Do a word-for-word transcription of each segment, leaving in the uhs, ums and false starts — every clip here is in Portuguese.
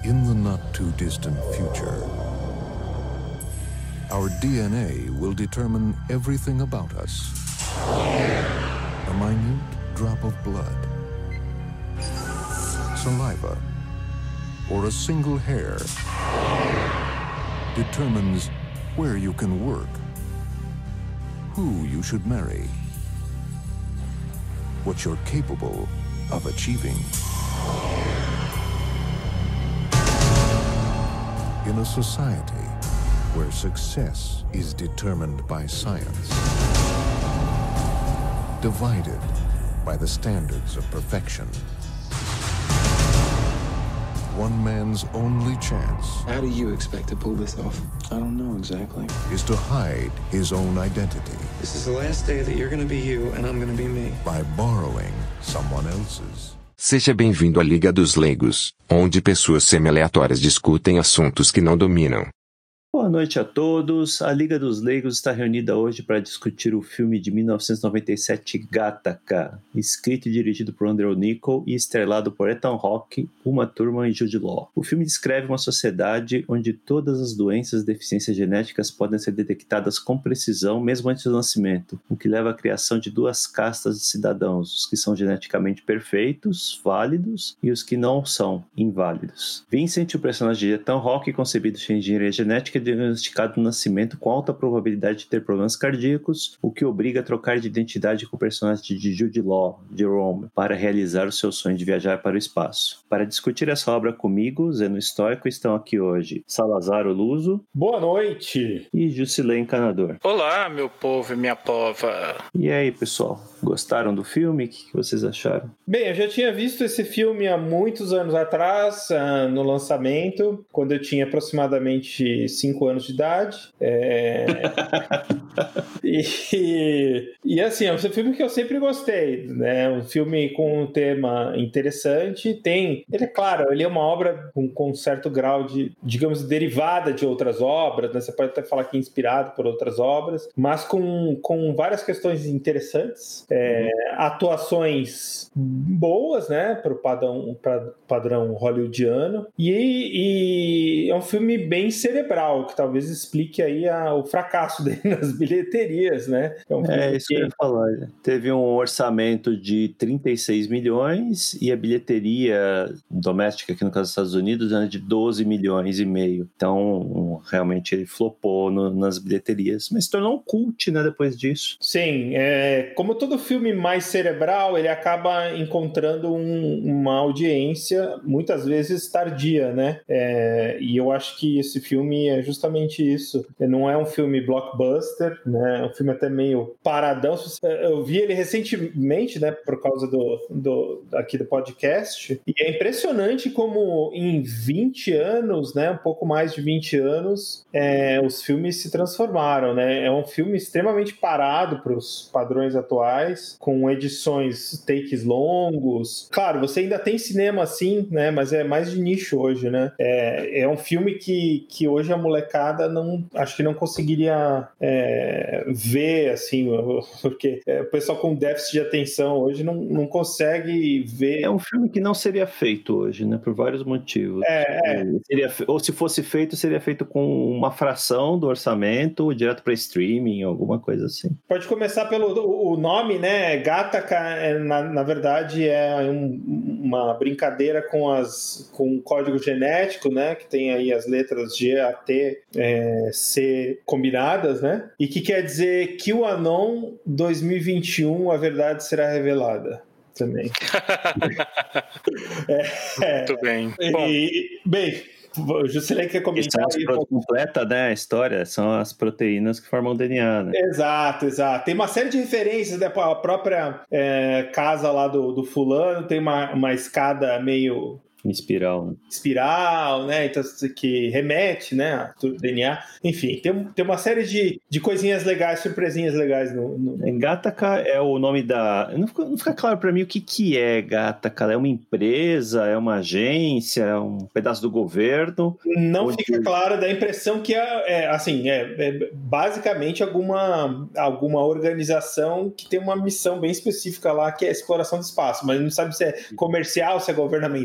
In the not-too-distant future, our D N A will determine everything about us. A minute drop of blood, saliva, or a single hair determines where you can work, who you should marry, what you're capable of achieving. In a society where success is determined by science, divided by the standards of perfection, one man's only chance. How do you expect to pull this off? I don't know exactly. Is to hide his own identity. This is the last day that you're gonna be you and I'm gonna be me. By borrowing someone else's. Seja bem-vindo à Liga dos Leigos, onde pessoas semi-aleatórias discutem assuntos que não dominam. Boa noite a todos. A Liga dos Leigos está reunida hoje para discutir o filme de mil novecentos e noventa e sete Gattaca, escrito e dirigido por Andrew Niccol e estrelado por Ethan Hawke, Uma Thurman e Jude Law. O filme descreve uma sociedade onde todas as doenças e deficiências genéticas podem ser detectadas com precisão mesmo antes do nascimento, o que leva à criação de duas castas de cidadãos, os que são geneticamente perfeitos, válidos, e os que não são, inválidos. Vincent, o personagem de Ethan Hawke, concebido sem engenharia genética, diagnosticado no nascimento com alta probabilidade de ter problemas cardíacos, o que obriga a trocar de identidade com o personagem de Jude Law, Jerome, para realizar o seu sonho de viajar para o espaço. Para discutir essa obra comigo, Zeno Estoico, estão aqui hoje Salazar Luso. Boa noite! E Jusilei Encanador. Olá, meu povo e minha pova. E aí, pessoal? Gostaram do filme? O que vocês acharam? Bem, eu já tinha visto esse filme há muitos anos atrás, uh, no lançamento, quando eu tinha aproximadamente cinco anos de idade. É... e, e assim, é um filme que eu sempre gostei, né? Um filme com um tema interessante. Tem, ele é claro, ele é uma obra com, com um certo grau de, digamos, derivada de outras obras, né? Você pode até falar que é inspirado por outras obras, mas com, com várias questões interessantes. É, atuações boas, né, para o padrão, padrão hollywoodiano, e, e é um filme bem cerebral, que talvez explique aí a, o fracasso dele nas bilheterias, né? É, um é isso que eu ia falar. Né? Teve um orçamento de trinta e seis milhões e a bilheteria doméstica, aqui no caso dos Estados Unidos, é de doze milhões e meio. Então, realmente ele flopou no, nas bilheterias, mas se tornou um cult, né, depois disso. Sim, é, como todo filme mais cerebral, ele acaba encontrando um, uma audiência muitas vezes tardia, né? É, e eu acho que esse filme é justamente isso. Não é um filme blockbuster, né? É um filme até meio paradão. Eu vi ele recentemente, né? Por causa do, do aqui do podcast. E é impressionante como em vinte anos, né? Um pouco mais de vinte anos, é, os filmes se transformaram, né? É um filme extremamente parado para os padrões atuais, com edições takes longos. Claro, você ainda tem cinema assim, né? Mas é mais de nicho hoje, né? É, é um filme que, que hoje a molecada não, acho que não conseguiria é, ver, assim, porque é, o pessoal com déficit de atenção hoje não, não consegue ver. É um filme que não seria feito hoje, né? Por vários motivos. É, é. Seria, ou se fosse feito, seria feito com uma fração do orçamento, direto para streaming, alguma coisa assim. Pode começar pelo o nome, né? Gattaca, na, na verdade, é um, uma brincadeira com, as, com o código genético, né? Que tem aí as letras G, A, T, é, C combinadas, né? E que quer dizer que o Anon dois mil e vinte e um, a verdade será revelada. Também. é, é, Muito bem. E, bem, o Juscelino quer comentar aí. Pro... completa, né, a história, são as proteínas que formam o D N A, né? Exato, exato. Tem uma série de referências, né? A própria é, casa lá do, do fulano tem uma, uma escada meio... Em espiral, né? Espiral, né? Então, que remete, né? A D N A. Enfim, tem, tem uma série de, de coisinhas legais, surpresinhas legais no. no... Gattaca é o nome da. Não fica, não fica claro pra mim o que, que é Gattaca. É uma empresa? É uma agência? É um pedaço do governo? Não onde... fica claro, dá a impressão que é, é assim, é, é basicamente alguma, alguma organização que tem uma missão bem específica lá, que é a exploração do espaço, mas não sabe se é comercial, se é governamental.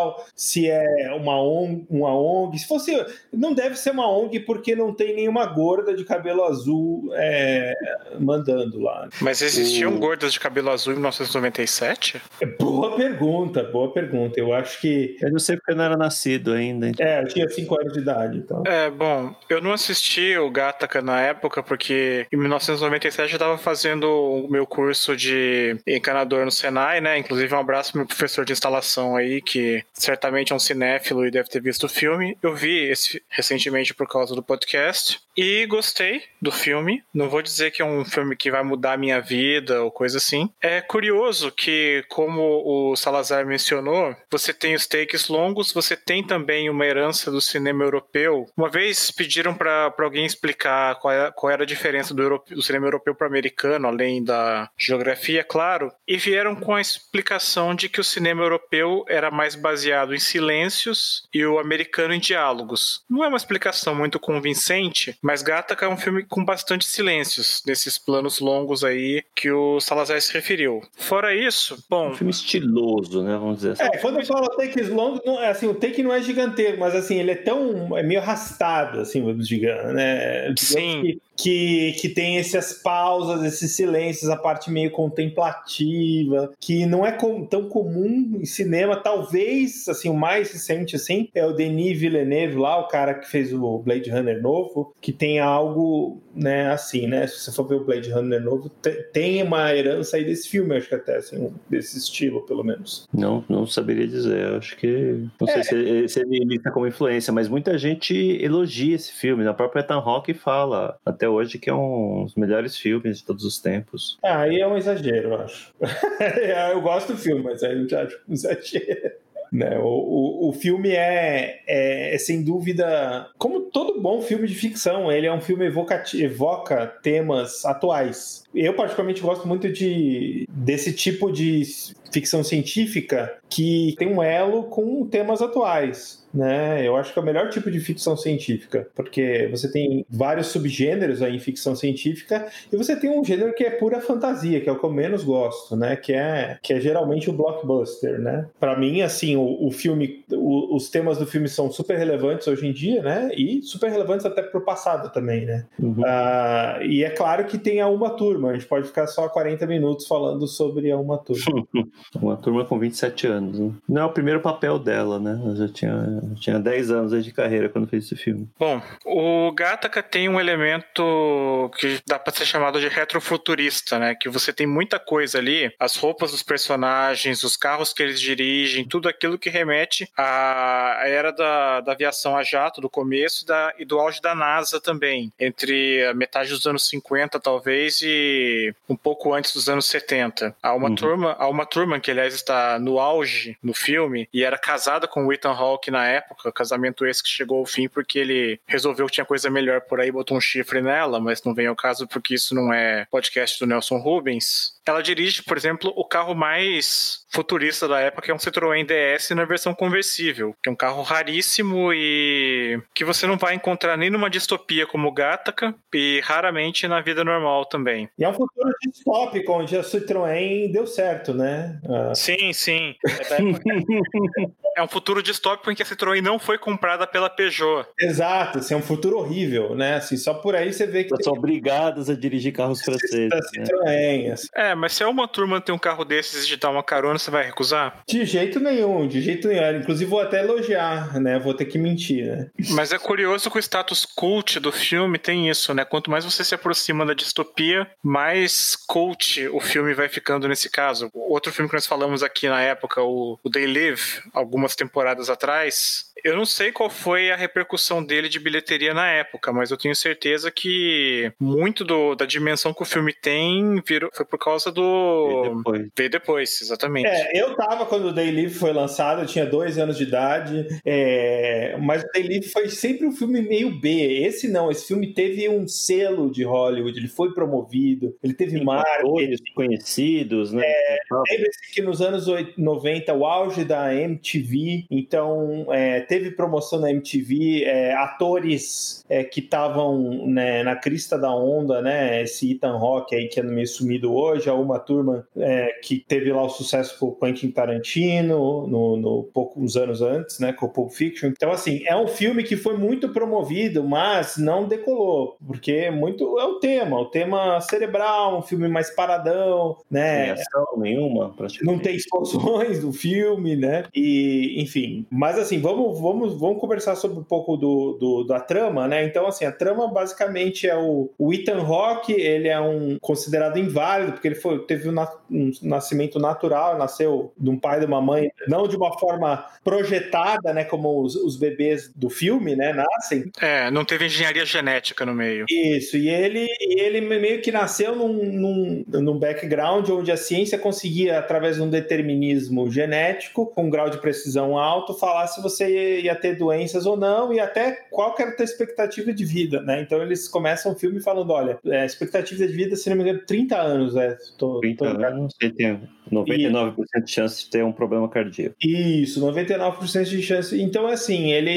social, se é uma ONG, uma ONG. Se fosse, não deve ser uma ONG porque não tem nenhuma gorda de cabelo azul é, mandando lá. Mas existiam o... gordas de cabelo azul em mil novecentos e noventa e sete? Boa pergunta, boa pergunta. Eu acho que... Eu não sei porque eu não era nascido ainda. Então. É, eu tinha cinco anos de idade, então. É, bom, eu não assisti o Gattaca na época porque em mil novecentos e noventa e sete eu estava fazendo o meu curso de encanador no Senai, né? Inclusive um abraço pro meu professor de instalação aí, que certamente é um cinéfilo e deve ter visto o filme. Eu vi esse recentemente por causa do podcast e gostei do filme. Não vou dizer que é um filme que vai mudar a minha vida ou coisa assim. É curioso que, como o Salazar mencionou, você tem os takes longos, você tem também uma herança do cinema europeu. Uma vez pediram para alguém explicar qual, é, qual era a diferença do, europeu, do cinema europeu para o americano, além da geografia, claro, e vieram com a explicação de que o cinema europeu era mais baseado em silêncios e o americano em diálogos. Não é uma explicação muito convincente, mas Gattaca é um filme com bastante silêncios, nesses planos longos aí que o Salazar se referiu. Fora isso, bom... Um filme estiloso, né, vamos dizer assim. É, quando eu falo takes longos, não, assim, o take não é gigantesco, mas assim, ele é tão... é meio arrastado, assim, vamos dizer, né? Sim. Que, que, que tem essas pausas, esses silêncios, a parte meio contemplativa, que não é com, tão comum em cinema. Talvez, assim, o mais recente, assim, é o Denis Villeneuve lá, o cara que fez o Blade Runner novo, que tem algo, né, assim, né? Se você for ver o Blade Runner novo, tem uma herança aí desse filme, acho que até, assim, desse estilo, pelo menos. Não, não saberia dizer, acho que... Não é. sei se, se ele lista como influência, mas muita gente elogia esse filme. A própria Ethan Hawke fala até hoje que é um dos melhores filmes de todos os tempos. Ah, aí é um exagero, eu acho. Eu gosto do filme, mas aí eu já acho um exagero. Né? O, o, o filme é, é, é, sem dúvida, como todo bom filme de ficção, ele é um filme evocati- evoca temas atuais. Eu particularmente gosto muito de, desse tipo de ficção científica que tem um elo com temas atuais. Né? Eu acho que é o melhor tipo de ficção científica, porque você tem vários subgêneros aí em ficção científica e você tem um gênero que é pura fantasia, que é o que eu menos gosto, né? Que é, que é geralmente o blockbuster, né? Para mim, assim, o, o filme, o, os temas do filme são super relevantes hoje em dia, né? E super relevantes até pro passado também, né? Uhum. Uh, e é claro que tem a Uma Turma, a gente pode ficar só quarenta minutos falando sobre a Uma Turma. Uma Turma com vinte e sete anos, né? Não é o primeiro papel dela, né? Eu já tinha Tinha dez anos de carreira quando fez esse filme. Bom, o Gattaca tem um elemento que dá pra ser chamado de retrofuturista, né? Que você tem muita coisa ali, as roupas dos personagens, os carros que eles dirigem, tudo aquilo que remete à era da, da aviação a jato do começo da, e do auge da NASA também, entre a metade dos anos cinquenta, talvez, e um pouco antes dos anos setenta. Há uma, uhum. turma, há uma turma que, aliás, está no auge no filme e era casada com o Ethan Hawke na época, casamento esse que chegou ao fim porque ele resolveu que tinha coisa melhor por aí, botou um chifre nela, mas não vem ao caso porque isso não é podcast do Nelson Rubens. Ela dirige, por exemplo, o carro mais futurista da época, que é um Citroën D S na versão conversível, que é um carro raríssimo e que você não vai encontrar nem numa distopia como Gattaca e raramente na vida normal também. E é um futuro distópico, onde a Citroën deu certo, né? Ah. Sim, sim. É um futuro distópico em que a Citroën não foi comprada pela Peugeot. Exato, assim, é um futuro horrível, né? Assim, só por aí você vê que... Elas são obrigadas a dirigir carros franceses. Da Citroën, né? assim. É, mas se é uma turma ter um carro desses e te dar uma carona, você vai recusar? De jeito nenhum, de jeito nenhum. Inclusive vou até elogiar, né? Vou ter que mentir, né? Mas é curioso que o status cult do filme tem isso, né? Quanto mais você se aproxima da distopia, mais cult o filme vai ficando nesse caso. Outro filme que nós falamos aqui na época, o, o They Live, algumas temporadas atrás... Eu não sei qual foi a repercussão dele de bilheteria na época, mas eu tenho certeza que muito do, da dimensão que o filme tem virou, foi por causa do... Veio depois. Veio depois, exatamente. É, eu tava quando o They Live foi lançado, eu tinha dois anos de idade, é, mas o They Live foi sempre um filme meio B. Esse não, esse filme teve um selo de Hollywood, ele foi promovido, ele teve marketing. Conhecidos, né? É, lembre-se que nos anos noventa, o auge da M T V, então... É, teve promoção na M T V, é, atores é, que estavam, né, na crista da onda, né? Esse Ethan Hawke aí que é meio sumido hoje, a Uma Thurman é, que teve lá o sucesso com o Quentin Tarantino no, no poucos anos antes, né? Com o Pulp Fiction. Então, assim, é um filme que foi muito promovido, mas não decolou, porque muito é o tema, o tema cerebral, um filme mais paradão, né? Sem ação nenhuma, Não tem explosões do filme, né? E, enfim. Mas, assim, vamos, vamos, vamos conversar sobre um pouco do, do, da trama, né? Então, assim, a trama basicamente é o, o Ethan Hawke, ele é um considerado inválido, porque ele foi, teve um, um nascimento natural, nasceu de um pai e de uma mãe, não de uma forma projetada, né? Como os, os bebês do filme, né? Nascem. É, não teve engenharia genética no meio. Isso, e ele, e ele meio que nasceu num, num, num background onde a ciência conseguia, através de um determinismo genético, com um grau de precisão alto, falar se você ia ter doenças ou não, e até qual que era a tua expectativa de vida, né? Então eles começam o filme falando, olha, a expectativa de vida, se não me engano, trinta anos, né? Tô, trinta tô... anos, ele tem noventa e nove por cento de chance de ter um problema cardíaco. Isso, noventa e nove por cento de chance. Então, assim, ele,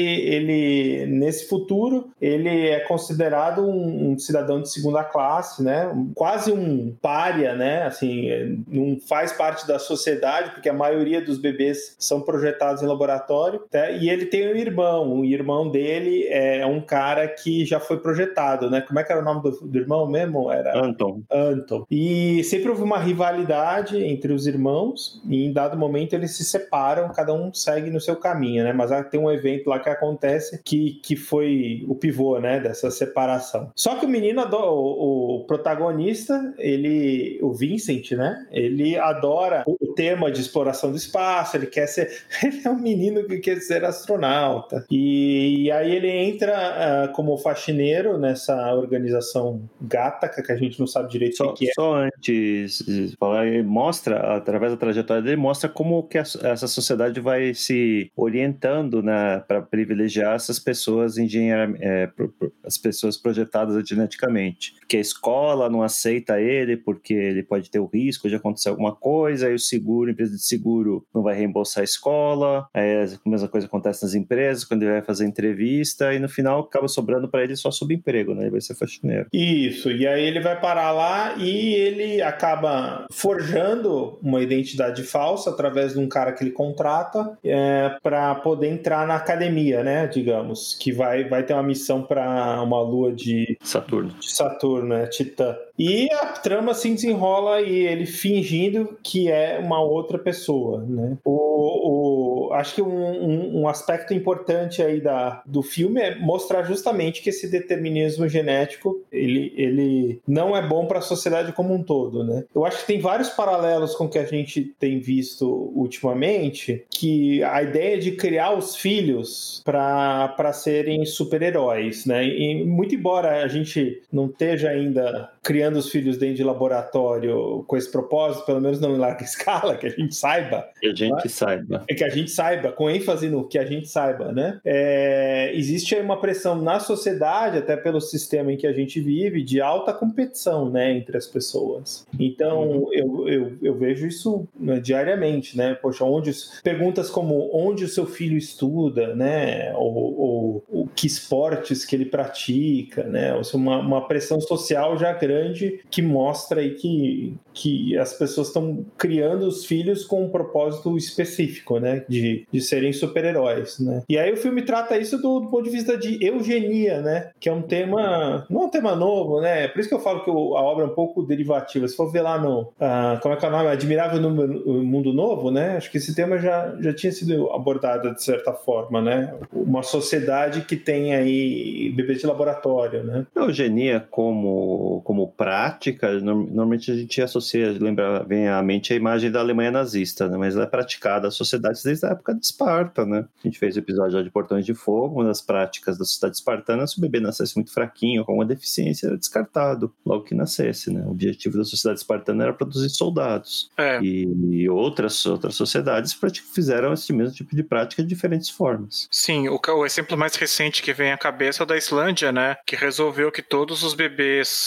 ele nesse futuro, ele é considerado um, um cidadão de segunda classe, né? Quase um pária, né? Assim, não faz parte da sociedade, porque a maioria dos bebês são projetados em laboratório, tá? E ele tem um irmão. O irmão dele é um cara que já foi projetado, né? Como é que era o nome do, do irmão mesmo? Era Anton. Anton. E sempre houve uma rivalidade entre os irmãos, e em dado momento eles se separam, cada um segue no seu caminho, né? Mas tem um evento lá que acontece que, que foi o pivô, né? Dessa separação. Só que o menino, adora, o, o protagonista, ele, o Vincent, né? Ele adora o tema de exploração do espaço, ele quer ser, ele é um menino que quer ser astronauta. E, e aí ele entra uh, como faxineiro nessa organização Gattaca, que a gente não sabe direito só, o que é. Só antes de falar, ele mostra, através da trajetória dele, mostra como que a, essa sociedade vai se orientando, né, para privilegiar essas pessoas engenheira, é, pro, pro, as pessoas projetadas geneticamente. Porque a escola não aceita ele porque ele pode ter o risco de acontecer alguma coisa, aí o seguro, a empresa de seguro não vai reembolsar a escola, aí a mesma coisa acontece nas empresas, quando ele vai fazer entrevista, e no final acaba sobrando para ele só subemprego, né? Ele vai ser faxineiro. Isso, e aí ele vai parar lá e ele acaba forjando uma identidade falsa através de um cara que ele contrata é, para poder entrar na academia, né? Digamos, que vai, vai ter uma missão para uma lua de Saturno. De Saturno, né? Titã. E a trama se desenrola e ele fingindo que é uma outra pessoa, né? O, o, acho que um, um, um aspecto importante aí da, do filme é mostrar justamente que esse determinismo genético ele, ele não é bom para a sociedade como um todo, né? Eu acho que tem vários paralelos com o que a gente tem visto ultimamente, que a ideia de criar os filhos para serem super-heróis, né? E muito embora a gente não esteja ainda criando os filhos dentro de laboratório com esse propósito, pelo menos não em larga escala, que a gente saiba. Que a gente né? saiba. É que a gente saiba, com ênfase no que a gente saiba, né? É, existe aí uma pressão na sociedade, até pelo sistema em que a gente vive, de alta competição, né, entre as pessoas. Então, uhum. eu, eu, eu vejo isso, né, diariamente, né? Poxa, onde, perguntas como onde o seu filho estuda, né? Ou, ou, ou que esportes que ele pratica, né? Ou seja, uma, uma pressão social já grande que mostra aí que, que as pessoas estão criando os filhos com um propósito específico, né? De, de serem super-heróis, né? E aí o filme trata isso do, do ponto de vista de eugenia, né? Que é um tema, não é um tema novo, né? Por isso que eu falo que a obra é um pouco derivativa. Se for ver lá no, uh, como é que é o nome? Admirável Mundo Novo, né? Acho que esse tema já, já tinha sido abordado de certa forma, né? Uma sociedade que tem aí bebês de laboratório, né? A eugenia como, como prática, normalmente a gente associa, lembra, vem à mente a imagem da Alemanha nazista, né? Mas ela é praticada às sociedades desde a época de Esparta, né? A gente fez o episódio lá de Portões de Fogo, uma das práticas da sociedade espartana, se o bebê nascesse muito fraquinho, com uma deficiência, era descartado logo que nascesse, né? O objetivo da sociedade espartana era produzir soldados. É. E, e outras, outras sociedades fizeram esse mesmo tipo de prática de diferentes formas. Sim, o, o exemplo mais recente que vem à cabeça é o da Islândia, né? Que resolveu que todos os bebês é,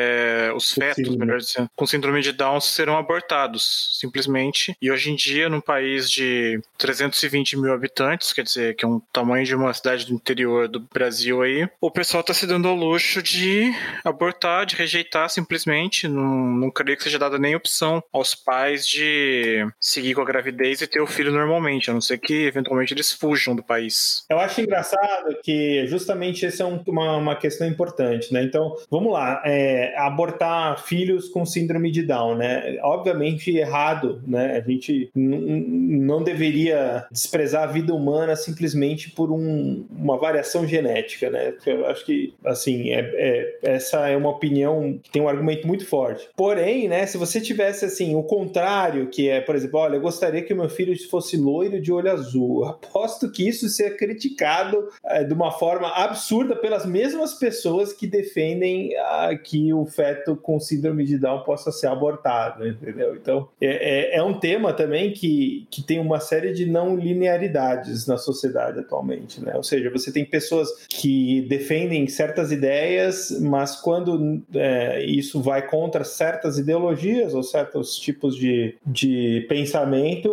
é, os fetos, melhor dizendo, com síndrome de Down serão abortados, simplesmente. E hoje em dia, num país de trezentos e vinte mil habitantes, quer dizer, que é um tamanho de uma cidade do interior do Brasil aí, o pessoal tá se dando ao luxo de abortar, de rejeitar simplesmente. Não, não creio que seja dada nem opção aos pais de seguir com a gravidez e ter o filho normalmente, a não ser que eventualmente eles fujam do país. Eu acho engraçado que justamente essa é um, uma, uma questão importante, né? Então, vamos lá, é, abortar filhos com síndrome de Down, né? Obviamente errado, né? A gente n- não deveria desprezar a vida humana simplesmente por um, uma variação genética, né? Porque eu acho que, assim, é, é, essa é uma opinião que tem um argumento muito forte. Porém, né, se você tivesse, assim, o contrário, que é, por exemplo, olha, eu gostaria que o meu filho fosse loiro de olho azul, aposto que isso seja criticado é, de uma forma absurda pelas mesmas pessoas que defendem ah, que o feto com síndrome de Down possa ser abortado, entendeu? Então, é, é, é um tema também que, que tem uma série de não linearidades na sociedade atualmente, né? Ou seja, você tem pessoas que defendem certas ideias, mas quando é, isso vai contra certas ideologias ou certos tipos de, de pensamento,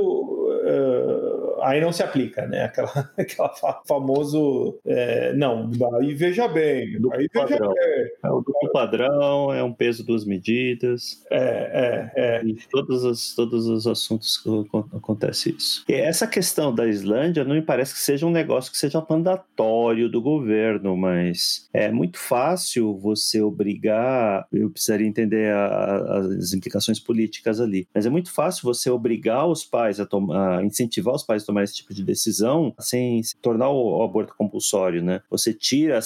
uh, aí não se aplica, né? Aquela, aquela famoso é, não, aí veja bem, duplo aí veja padrão. bem. É o duplo padrão, é um peso, duas medidas. É, é, é. Em todos os, todos os assuntos que acontece isso. E essa questão da Islândia não me parece que seja um negócio que seja mandatório do governo, mas é muito fácil você obrigar, eu precisaria entender a, a, as implicações políticas ali, mas é muito fácil você obrigar os pais a, tomar, a incentivar os pais a tomar esse tipo de decisão sem tornar o, o aborto compulsório, né? Você tira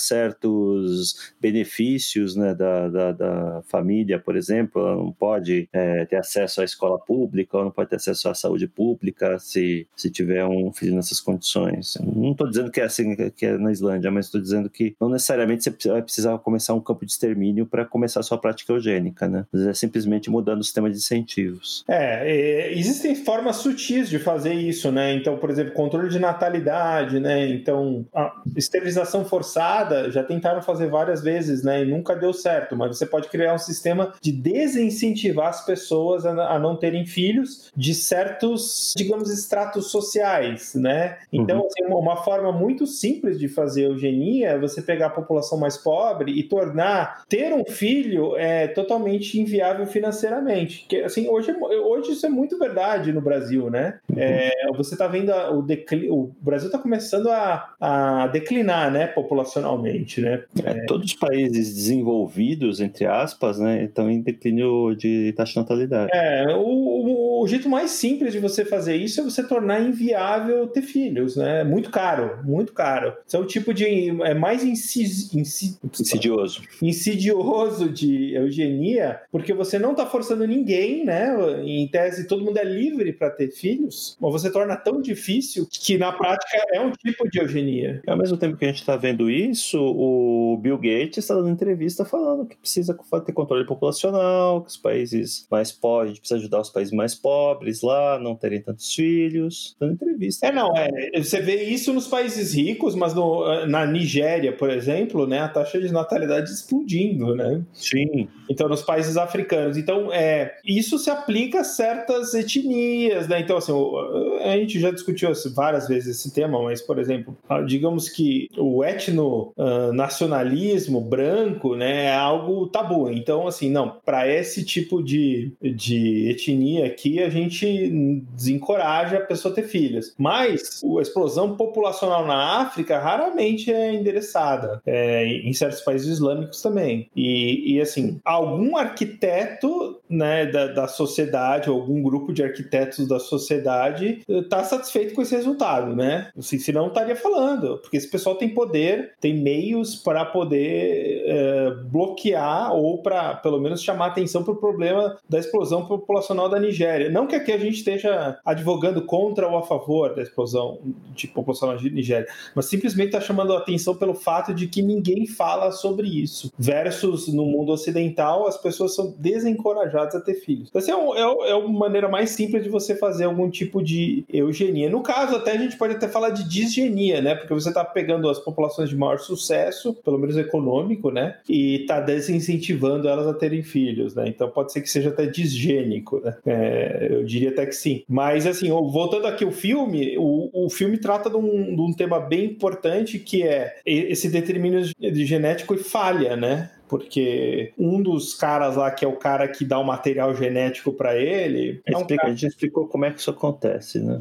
certos benefícios, né, da, da, da família, por exemplo, ela não pode é, ter acesso à escola pública, ou não pode ter acesso à saúde pública se, se tiver um filho nessas condições. Não estou dizendo que é assim que é na Islândia, mas estou dizendo que não necessariamente você vai precisar começar um campo de extermínio para começar a sua prática eugênica, né? Mas é simplesmente mudando o sistema de incentivos. É, é, existem formas sutis de fazer isso, né? Então, por exemplo, controle de natalidade, né? Então, a esterilização forçada já tentaram fazer várias vezes, né? E nunca deu certo, mas você pode criar um sistema de desincentivar as pessoas a, a não terem filhos de certos, digamos, estratos sociais, né? Então, uhum. assim, uma, uma forma muito simples de fazer eugenia é você pegar a população mais pobre e tornar ter um filho é, totalmente inviável financeiramente. Que, assim, hoje, hoje isso é muito verdade no Brasil, né? Uhum. É, você está vendo a, o, decli, o Brasil está começando a, a declinar, né, populacionalmente, né? É, todos os países desenvolvidos, entre aspas, né, estão em declínio de taxa de natalidade. É, o, o, o jeito mais simples de você fazer isso é você tornar inviável ter filhos, né? Muito caro, muito caro. Isso é o tipo de... é mais incis, incis, insidioso. Insidioso de eugenia, porque você não está forçando ninguém, né? Em tese, todo mundo é livre para ter filhos, mas você torna tão difícil que, na prática, é um tipo de eugenia. Ao mesmo tempo que a gente está vendo isso, o Bill Gates está dando entrevista falando que precisa ter controle populacional, que os países mais pobres, a gente precisa ajudar os países mais pobres lá, não terem tantos filhos. Dando entrevista. É, não, é. Você vê isso nos países ricos, mas no, na Nigéria, por exemplo, né, a taxa de natalidade explodindo, né? Sim. Então, nos países africanos. Então, é, isso se aplica a certas etnias, né? Então, assim, a gente já discutiu várias vezes esse tema, mas, por exemplo, digamos que o etno-nacionalismo branco, né, é algo tabu. Então, assim, não, para esse tipo de, de etnia aqui, a gente desencoraja a pessoa a ter filhos. Mas a explosão populacional na África raramente é endereçada, é, em certos países islâmicos também. E, e assim, algum arquiteto, né, da, da sociedade, ou algum grupo de arquitetos da sociedade está satisfeito com esse resultado, né? Assim, senão estaria falando, porque esse pessoal tem poder, tem meios para poder é, bloquear ou para, pelo menos, chamar atenção para o problema da explosão populacional da Nigéria. Nigéria. Não que aqui a gente esteja advogando contra ou a favor da explosão de população na Nigéria, mas simplesmente está chamando a atenção pelo fato de que ninguém fala sobre isso. Versus no mundo ocidental, as pessoas são desencorajadas a ter filhos. Essa é, um, é, é uma maneira mais simples de você fazer algum tipo de eugenia. No caso, até a gente pode até falar de disgenia, né? Porque você está pegando as populações de maior sucesso, pelo menos econômico, né? E está desincentivando elas a terem filhos, né? Então pode ser que seja até disgênico, né? É, eu diria até que sim. Mas, assim, voltando aqui ao filme, o, o filme trata de um, de um tema bem importante, que é esse determínio de genético e falha, né? Porque um dos caras lá, que é o cara que dá o material genético para ele... É um Explica, cara... A gente explicou como é que isso acontece, né?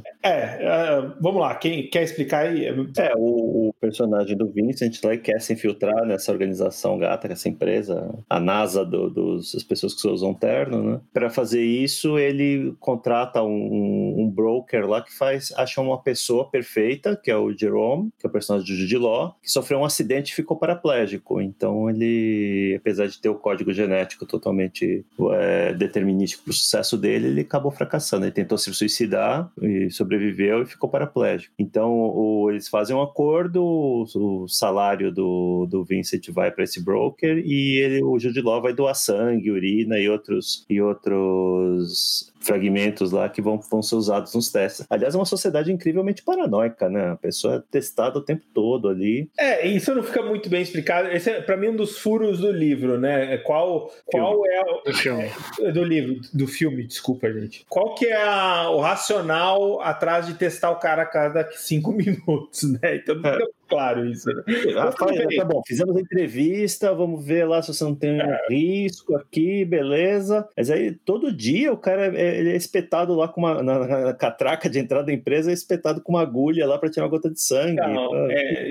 É, uh, vamos lá, quem quer explicar aí? É, o, o personagem do Vincent lá quer se infiltrar nessa organização gata, essa empresa, a NASA do, dos, das pessoas que usam terno, né? Para fazer isso, ele contrata um, um broker lá que faz, acha uma pessoa perfeita, que é o Jerome, que é o personagem do Jude Law, que sofreu um acidente e ficou paraplégico. Então ele... apesar de ter o código genético totalmente é, determinístico para o sucesso dele, ele acabou fracassando. Ele tentou se suicidar e sobreviveu e ficou paraplégico. Então, o, eles fazem um acordo, o, o salário do, do Vincent vai para esse broker e ele, o Jude Law vai doar sangue, urina e outros, e outros fragmentos lá que vão, vão ser usados nos testes. Aliás, é uma sociedade incrivelmente paranoica, né? A pessoa é testada o tempo todo ali. É, isso não fica muito bem explicado. Esse é, para mim, um dos furos do livro, né? Qual, qual é o... Do filme. É, do livro, do filme, desculpa, gente. Qual que é a, o racional atrás de testar o cara a cada cinco minutos, né? Então não fica é. claro isso, né? Ah, faz, tá bom, fizemos a entrevista, vamos ver lá se você não tem é. risco aqui, beleza. Mas aí, todo dia, o cara é, ele é espetado lá com uma... Na, na catraca de entrada da empresa, é espetado com uma agulha lá para tirar uma gota de sangue. Não, ah, é,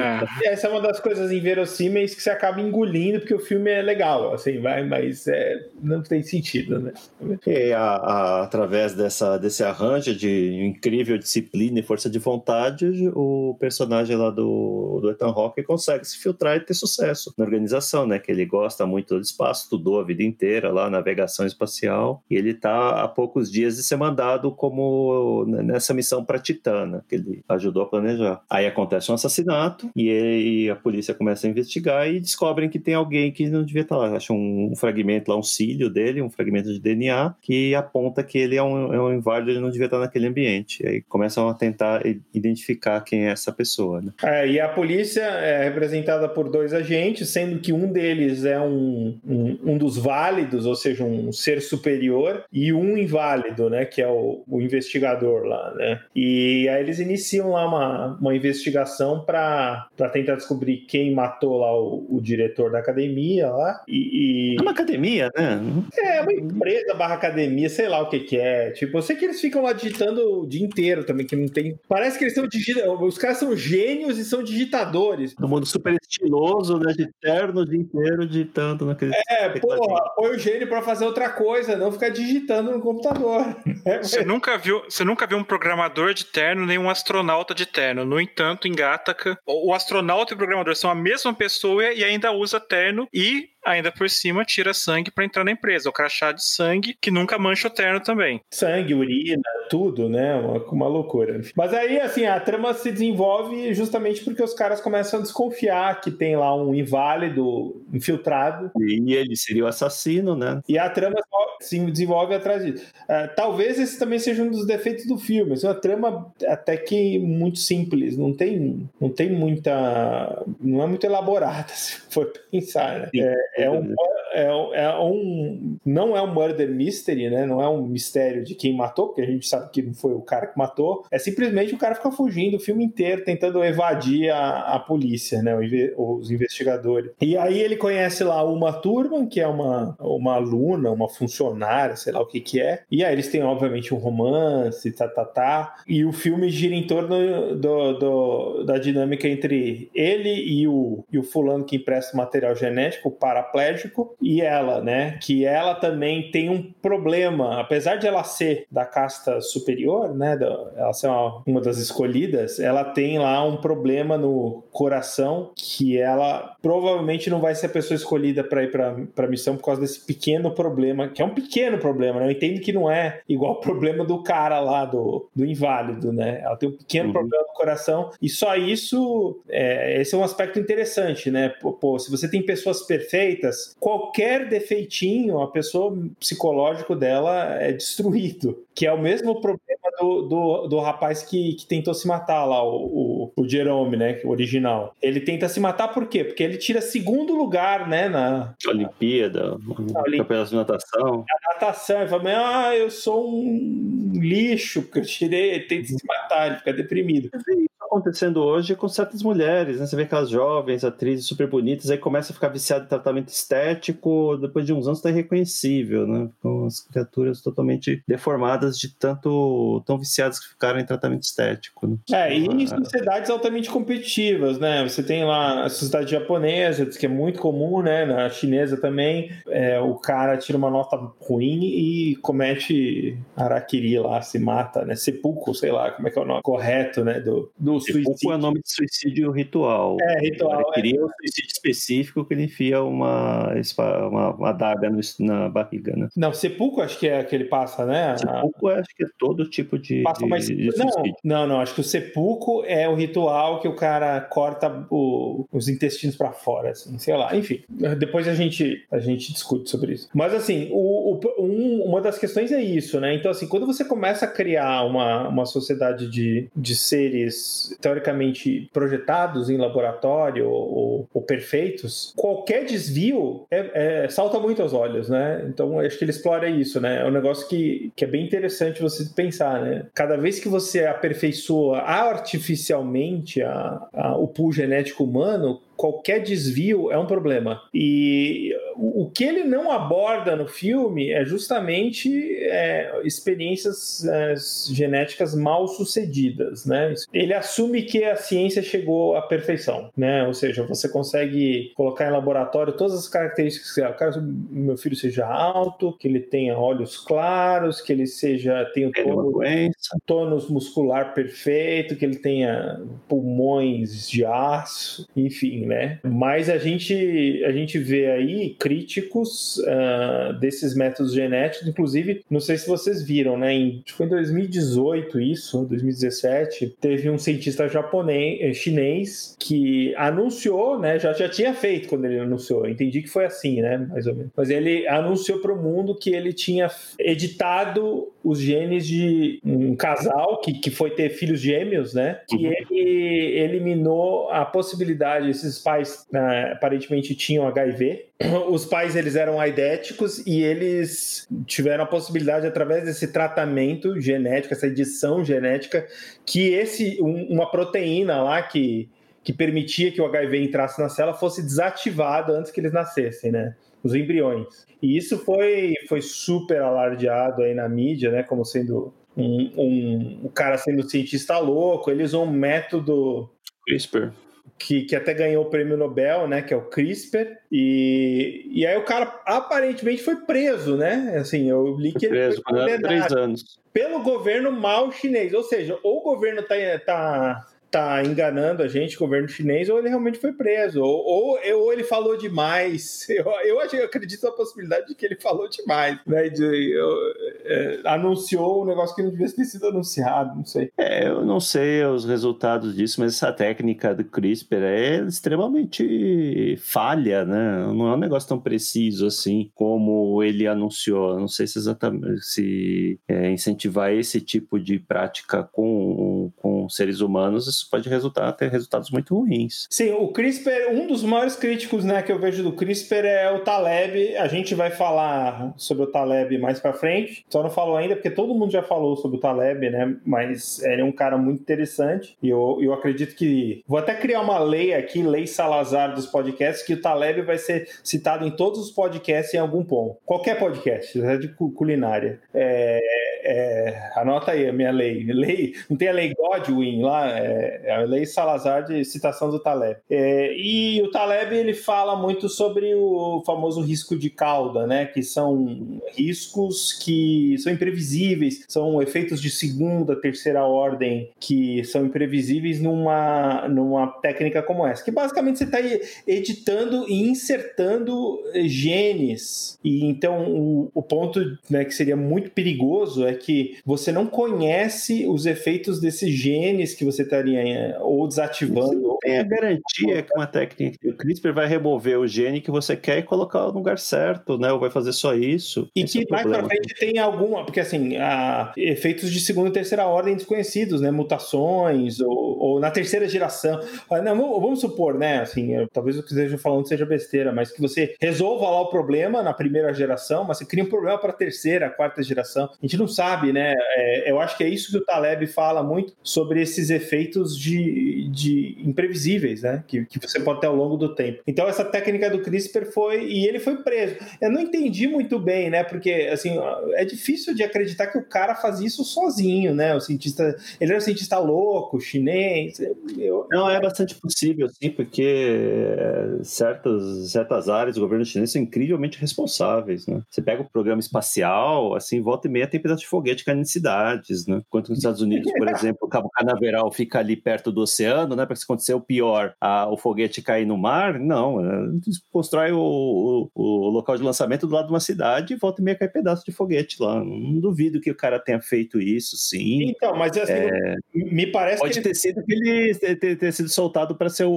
é, essa é uma das coisas inverossímeis que você acaba engolindo, porque o filme é legal, assim, vai, mas é, não tem sentido, né? E a, a, através dessa, desse arranjo de incrível disciplina e força de vontade, o personagem lá do, do Ethan Hawke consegue se filtrar e ter sucesso na organização, né? Que ele gosta muito do espaço, estudou a vida inteira lá, navegação espacial, e ele tá há poucos dias de ser mandado como nessa missão para Titana, que ele ajudou a planejar. Aí acontece um assassinato, e aí a polícia começa a investigar e descobrem que tem alguém que não devia estar lá. Acham um, um fragmento lá, um cílio dele, um fragmento de D N A, que aponta que ele é um, é um inválido, ele não devia estar naquele ambiente. E aí começam a tentar identificar quem é essa pessoa, né? É, e a polícia é representada por dois agentes, sendo que um deles é um, um, um dos válidos, ou seja, um ser superior, e um inválido, né, que é o, o investigador lá, né? E aí eles iniciam lá uma, uma investigação para tentar descobrir quem matou lá o, o diretor da academia lá. E, e... É uma academia, né? É, uma empresa barra academia, sei lá o que que é. Tipo, eu sei que eles ficam lá digitando o dia inteiro também, que não tem... Parece que eles são digitando... Os caras são gênios e são digitadores. Do mundo super estiloso, né? De terno o dia inteiro digitando naquele... É, porra, põe o gênio pra fazer outra coisa, não ficar digitando no computador. Você nunca viu, você nunca viu um programador de terno nem um astronauta de terno. No entanto, em Gattaca, o astronauta e o programador são a mesma pessoa e ainda usa terno e ainda por cima tira sangue para entrar na empresa. O crachá de sangue que nunca mancha o terno também. Sangue, urina, tudo, né? Uma, uma loucura. Mas aí, assim, a trama se desenvolve justamente porque os caras começam a desconfiar que tem lá um inválido infiltrado. E ele seria o assassino, né? E a trama se desenvolve atrás disso. Uh, talvez esse também seja um dos defeitos do filme. É uma trama até que muito simples. Não tem, não tem muita... Não é muito elaborada, se for pensar, né? É, é, um, é, é um... Não é um murder mystery, né? Não é um mistério de quem matou, porque a gente sabe que não foi o cara que matou. É simplesmente o cara fica fugindo o filme inteiro, tentando evadir a, a polícia, né? Os investigadores. E aí ele conhece lá uma Thurman, que é uma, uma aluna, uma funcionária, sei lá o que que é. E aí eles têm, obviamente, um romance, tá, tá, tá. E o filme gira em torno do, do, da dinâmica entre ele e o, e o fulano que empresta o material genético, o paraplégico, e ela, né? Que ela também tem um problema, apesar de ela ser da casta superior, né? Da, ela ser uma, uma das escolhidas, ela tem lá um problema no coração que ela provavelmente não vai ser a pessoa escolhida para ir para a missão por causa desse pequeno problema, que é um pequeno problema, né? Eu entendo que não é igual o problema do cara lá, do, do inválido, né? Ela tem um pequeno uhum. problema no coração e só isso, é, esse é um aspecto interessante, né? Pô, pô, se você tem pessoas perfeitas, qualquer defeitinho, a pessoa psicológico dela é destruído, que é o mesmo problema do, do, do rapaz que, que tentou se matar lá, o, o, o Jerome, né? O original. Ele tenta se matar por quê? Porque ele tira segundo lugar, né? Na Olimpíada, campeonato de natação. A natação, ele fala, ah, eu sou um lixo, porque eu tirei, ele tenta se matar, ele fica deprimido. Acontecendo hoje com certas mulheres, né? Você vê aquelas jovens atrizes super bonitas, aí começa a ficar viciado em tratamento estético, depois de uns anos tá irreconhecível, né? Com as criaturas totalmente deformadas de tanto tão viciadas que ficaram em tratamento estético, né? É, e em sociedades altamente competitivas, né? Você tem lá a sociedade japonesa, que é muito comum, né? Na chinesa também, é, o cara tira uma nota ruim e comete harakiri lá, se mata, né? Seppuku, sei lá, como é que é o nome correto, né? Do, do suicídio. É o nome de suicídio ritual. É, ritual. Ele queria é. um suicídio específico que ele enfia uma, uma, uma adaga no, na barriga, né? Não, seppuku acho que é que ele passa, né? Seppuku acho que é todo tipo de, passa de, mais... de não, suicídio. Não, não, acho que o seppuku é o ritual que o cara corta o, os intestinos pra fora, assim, sei lá. Enfim, depois a gente, a gente discute sobre isso. Mas assim, o, o, um, uma das questões é isso, né? Então assim, quando você começa a criar uma, uma sociedade de, de seres teoricamente projetados em laboratório ou, ou perfeitos, qualquer desvio é, é, salta muito aos olhos, né? Então acho que ele explora isso, né? É um negócio que, que é bem interessante você pensar, né? Cada vez que você aperfeiçoa artificialmente a, a, o pool genético humano, qualquer desvio é um problema. E o que ele não aborda no filme é justamente é, experiências é, genéticas mal sucedidas, né? Ele assume que a ciência chegou à perfeição, né? Ou seja, você consegue colocar em laboratório todas as características que eu quero que meu filho seja alto, que ele tenha olhos claros, que ele seja tenha um tônus muscular perfeito, que ele tenha pulmões de aço, enfim, né? Mas a gente, a gente vê aí críticos uh, desses métodos genéticos, inclusive, não sei se vocês viram, né? Em, foi em dois mil e dezoito isso, dois mil e dezessete, teve um cientista japonês, chinês, que anunciou, né? Já, já tinha feito quando ele anunciou, eu entendi que foi assim, né? Mais ou menos. Mas ele anunciou para o mundo que ele tinha editado os genes de um casal que, que foi ter filhos gêmeos, né? Que uhum. ele eliminou a possibilidade, esses pais uh, aparentemente tinham H I V, os pais eles eram aidéticos e eles tiveram a possibilidade, através desse tratamento genético, essa edição genética, que esse, um, uma proteína lá que, que permitia que o H I V entrasse na célula fosse desativada antes que eles nascessem, né? Os embriões. E isso foi, foi super alardeado aí na mídia, né? Como sendo um, um, um cara sendo cientista louco. Ele usou um método CRISPR. Que, que até ganhou o prêmio Nobel, né? Que é o CRISPR. E, e aí o cara aparentemente foi preso, né? Assim, eu li que foi ele preso, foi condenado três anos. Pelo governo mal chinês. Ou seja, ou o governo tá... tá tá enganando a gente, o governo chinês, ou ele realmente foi preso, ou, ou, ou ele falou demais. Eu, eu, eu acredito na possibilidade de que ele falou demais, né? De, eu, é, anunciou um negócio que não devia ter sido anunciado, não sei. É, eu não sei os resultados disso, mas essa técnica do CRISPR é extremamente falha, né? Não é um negócio tão preciso assim como ele anunciou. Não sei se exatamente se é, incentivar esse tipo de prática com, com seres humanos, isso pode resultar, ter resultados muito ruins. Sim, o CRISPR, um dos maiores críticos, né, que eu vejo do CRISPR é o Taleb. A gente vai falar sobre o Taleb mais pra frente, só não falou ainda porque todo mundo já falou sobre o Taleb, né, mas ele é um cara muito interessante e eu, eu acredito que... Vou até criar uma lei aqui, Lei Salazar dos podcasts, que o Taleb vai ser citado em todos os podcasts em algum ponto. Qualquer podcast, é de culinária. É... é, anota aí a minha lei. lei. Não tem a lei Godwin lá? É, é a lei Salazar de citação do Taleb. É, e o Taleb, ele fala muito sobre o famoso risco de cauda, né? Que são riscos que são imprevisíveis, são efeitos de segunda, terceira ordem que são imprevisíveis numa, numa técnica como essa. Que basicamente você está editando e insertando genes. E então o, o ponto, né, que seria muito perigoso é que você não conhece os efeitos desses genes que você estaria ou desativando. Você tem a garantia que uma técnica do CRISPR vai remover o gene que você quer e colocar no lugar certo, né? Ou vai fazer só isso. E Esse que é mais pra frente tem alguma, porque assim, há efeitos de segunda e terceira ordem desconhecidos, né? Mutações, ou, ou na terceira geração. Não, vamos supor, né? Assim, eu, talvez o que eu esteja falando seja besteira, mas que você resolva lá o problema na primeira geração, mas você cria um problema para a terceira, quarta geração. A gente não sabe, né? É, eu acho que é isso que o Taleb fala muito sobre esses efeitos de, de imprevisíveis, né? Que, que você pode ter ao longo do tempo. Então, essa técnica do CRISPR foi... E ele foi preso. Eu não entendi muito bem, né? Porque, assim, é difícil de acreditar que o cara fazia isso sozinho, né? O cientista... Ele era um cientista louco, chinês... Eu... Não, é bastante possível, sim, porque certas, certas áreas do governo chinês são incrivelmente responsáveis, né? Você pega o programa espacial, assim, volta e meia tem pedaço de foguete caindo em cidades, né? Enquanto nos Estados Unidos, por exemplo, o Cabo Canaveral fica ali perto do oceano, né? Para se acontecer o pior, a, o foguete cair no mar, não. Né? Constrói o, o, o local de lançamento do lado de uma cidade e volta e meia cai pedaço de foguete lá. Não duvido que o cara tenha feito isso, sim. Então, mas assim, é... me parece pode que ter ele... sido que ele ter, ter sido soltado para ser o,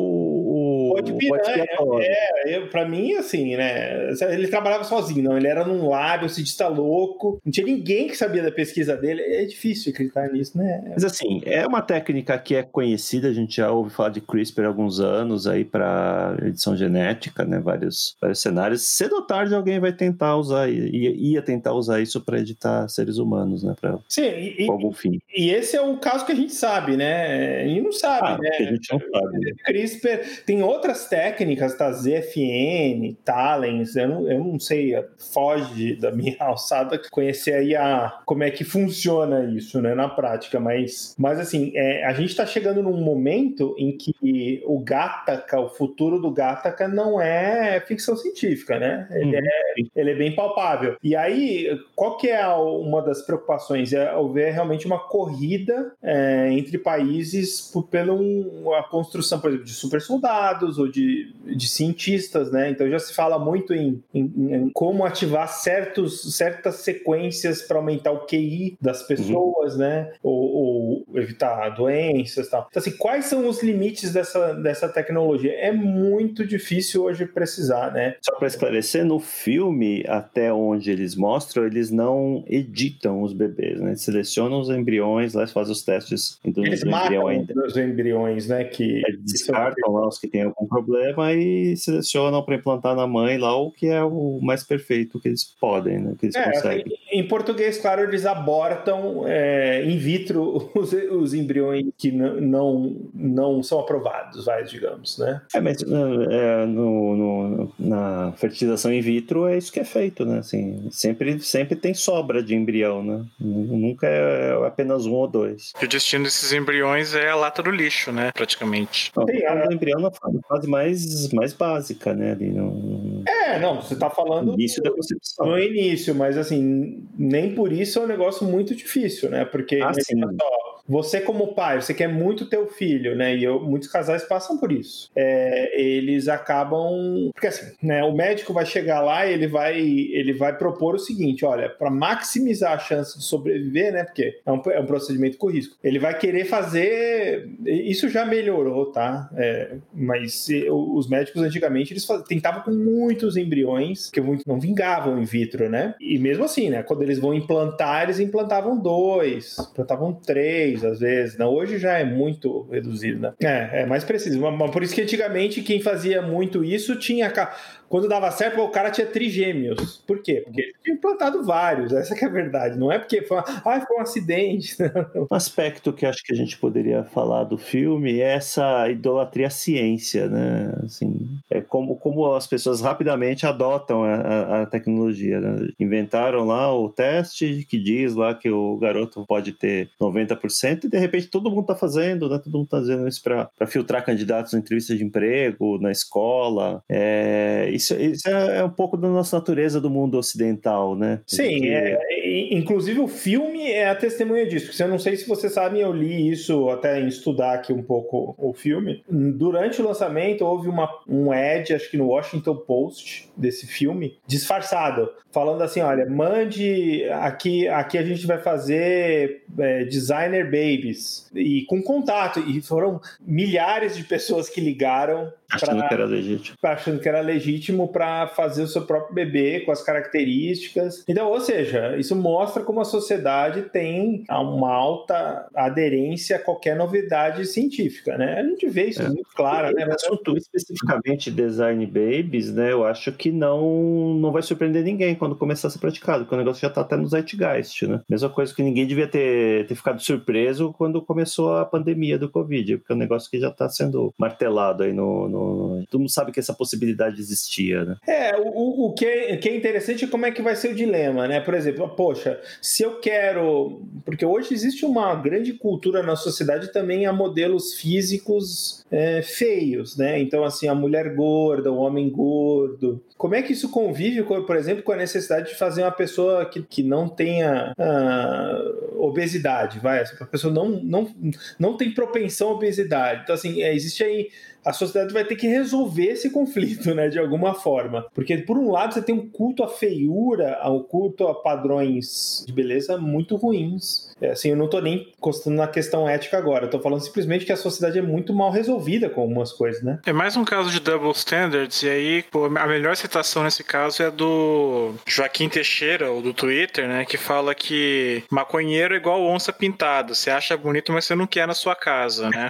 o pode piranha, é, é, pra mim, assim, né? Ele trabalhava sozinho, não. Ele era num lab, um cientista louco. Não tinha ninguém que sabia da pesquisa dele. É difícil acreditar nisso, né? Mas assim, é uma técnica que é conhecida. A gente já ouve falar de CRISPR há alguns anos aí para edição genética, né? Vários, vários cenários. Cedo ou tarde alguém vai tentar usar, ia, ia tentar usar isso para editar seres humanos, né? Pra, Sim, e, com algum fim. E esse é o caso que a gente sabe, né? E não sabe, ah, né? A gente não sabe. Né? CRISPR tem outras técnicas, tá? Z F N, Talens, eu não, eu não sei, foge da minha alçada conhecer aí a, como é que funciona isso, né, na prática, mas, mas assim, é, a gente tá chegando num momento em que o Gattaca, o futuro do Gattaca não é ficção científica, né? Ele, uhum. é, ele é bem palpável. E aí, qual que é a, uma das preocupações? É haver realmente uma corrida é, entre países por, pela um, a construção, por exemplo, de super soldados ou de, de cientistas, né? Então já se fala muito em, em, em como ativar certos, certas sequências para aumentar o Q I das pessoas, uhum. né? Ou, ou evitar doenças e tal. Então, assim, quais são os limites dessa, dessa tecnologia? É muito difícil hoje precisar, né? Só para esclarecer, no filme, até onde eles mostram, eles não editam os bebês, né? Eles selecionam os embriões, lá fazem os testes. Então, eles matam embrião os embriões, né? Que eles descartam lá os que têm algum problema e selecionam para implantar na mãe lá o que é o mais perfeito que eles podem, né? Que eles é, conseguem. Assim, em português, claro, eles abortam é, in vitro os, os embriões que não, não, não são aprovados, vai, digamos, né? É, mas é, no, no, na fertilização in vitro é isso que é feito, né? Assim, sempre, sempre tem sobra de embrião, né? Nunca é apenas um ou dois. E o destino desses embriões é a lata do lixo, né? Praticamente. Não, tem a... o embrião na fase mais, mais básica, né? Ali no... É, não, você tá falando no início da concepção. No início, mas assim, nem por isso é um negócio muito difícil, né? Porque ah, sim. Só, você como pai, você quer muito ter o filho, né? E eu, muitos casais passam por isso. É, eles acabam... Porque assim, né? O médico vai chegar lá e ele vai, ele vai propor o seguinte, olha, para maximizar a chance de sobreviver, né? Porque é um, é um procedimento com risco. Ele vai querer fazer... Isso já melhorou, tá? É, mas os médicos antigamente, eles faz... tentavam com muitos embriões que não vingavam in vitro, né? E mesmo assim, né? Quando eles vão implantar, eles implantavam dois, implantavam três, às vezes, né? Hoje já é muito reduzido, né? É, é mais preciso. Mas por isso que antigamente quem fazia muito isso tinha... Quando dava certo, o cara tinha trigêmeos. Por quê? Porque ele tinha implantado vários. Essa que é a verdade. Não é porque foi, ah, foi um acidente. Um aspecto que acho que a gente poderia falar do filme é essa idolatria à ciência, né? Assim, é, como, como as pessoas rapidamente adotam a, a, a tecnologia, né? Inventaram lá o teste que diz lá que o garoto pode ter noventa por cento e de repente todo mundo está fazendo, né? Todo mundo está fazendo isso para filtrar candidatos na entrevista de emprego, na escola. É, isso isso é, é um pouco da nossa natureza do mundo ocidental, né? Sim, gente... é, inclusive o filme é a testemunha disso, porque eu não sei se vocês sabem, eu li isso até em estudar aqui um pouco o filme. Durante o lançamento houve uma, um ad, acho que no Washington Post, desse filme, disfarçado, falando assim, olha, mande, aqui, aqui a gente vai fazer é, designer babies, e com contato, e foram milhares de pessoas que ligaram achando pra, que era legítimo. achando que era legítimo para fazer o seu próprio bebê com as características. Então, ou seja, isso mostra como a sociedade tem uma alta aderência a qualquer novidade científica, né? A gente vê isso é. muito claro, né? Mas assunto especificamente design babies, né? Eu acho que não, não vai surpreender ninguém quando começar a ser praticado, porque o negócio já está até no Zeitgeist, né? Mesma coisa que ninguém devia ter, ter ficado surpreso quando começou a pandemia do Covid, porque é um negócio que já está sendo martelado aí no, no todo mundo sabe que essa possibilidade existia, né? É, o, o, que é, o que é interessante é como é que vai ser o dilema, né? Por exemplo, poxa, se eu quero... Porque hoje existe uma grande cultura na sociedade também a modelos físicos é, feios, né? Então, assim, a mulher gorda, o homem gordo... Como é que isso convive, por exemplo, com a necessidade de fazer uma pessoa que, que não tenha uh, obesidade, vai? A pessoa não, não, não tem propensão à obesidade. Então, assim, é, existe aí... A sociedade vai ter que resolver esse conflito, né, de alguma forma. Porque, por um lado, você tem um culto à feiura, um culto a padrões de beleza muito ruins. É, assim, eu não estou nem encostando na questão ética agora. Eu estou falando simplesmente que a sociedade é muito mal resolvida com algumas coisas, né? É mais um caso de double standards. E aí, pô, a melhor citação nesse caso é do Joaquim Teixeira, ou do Twitter, né, que fala que maconheiro é igual onça pintada. Você acha bonito, mas você não quer na sua casa, né?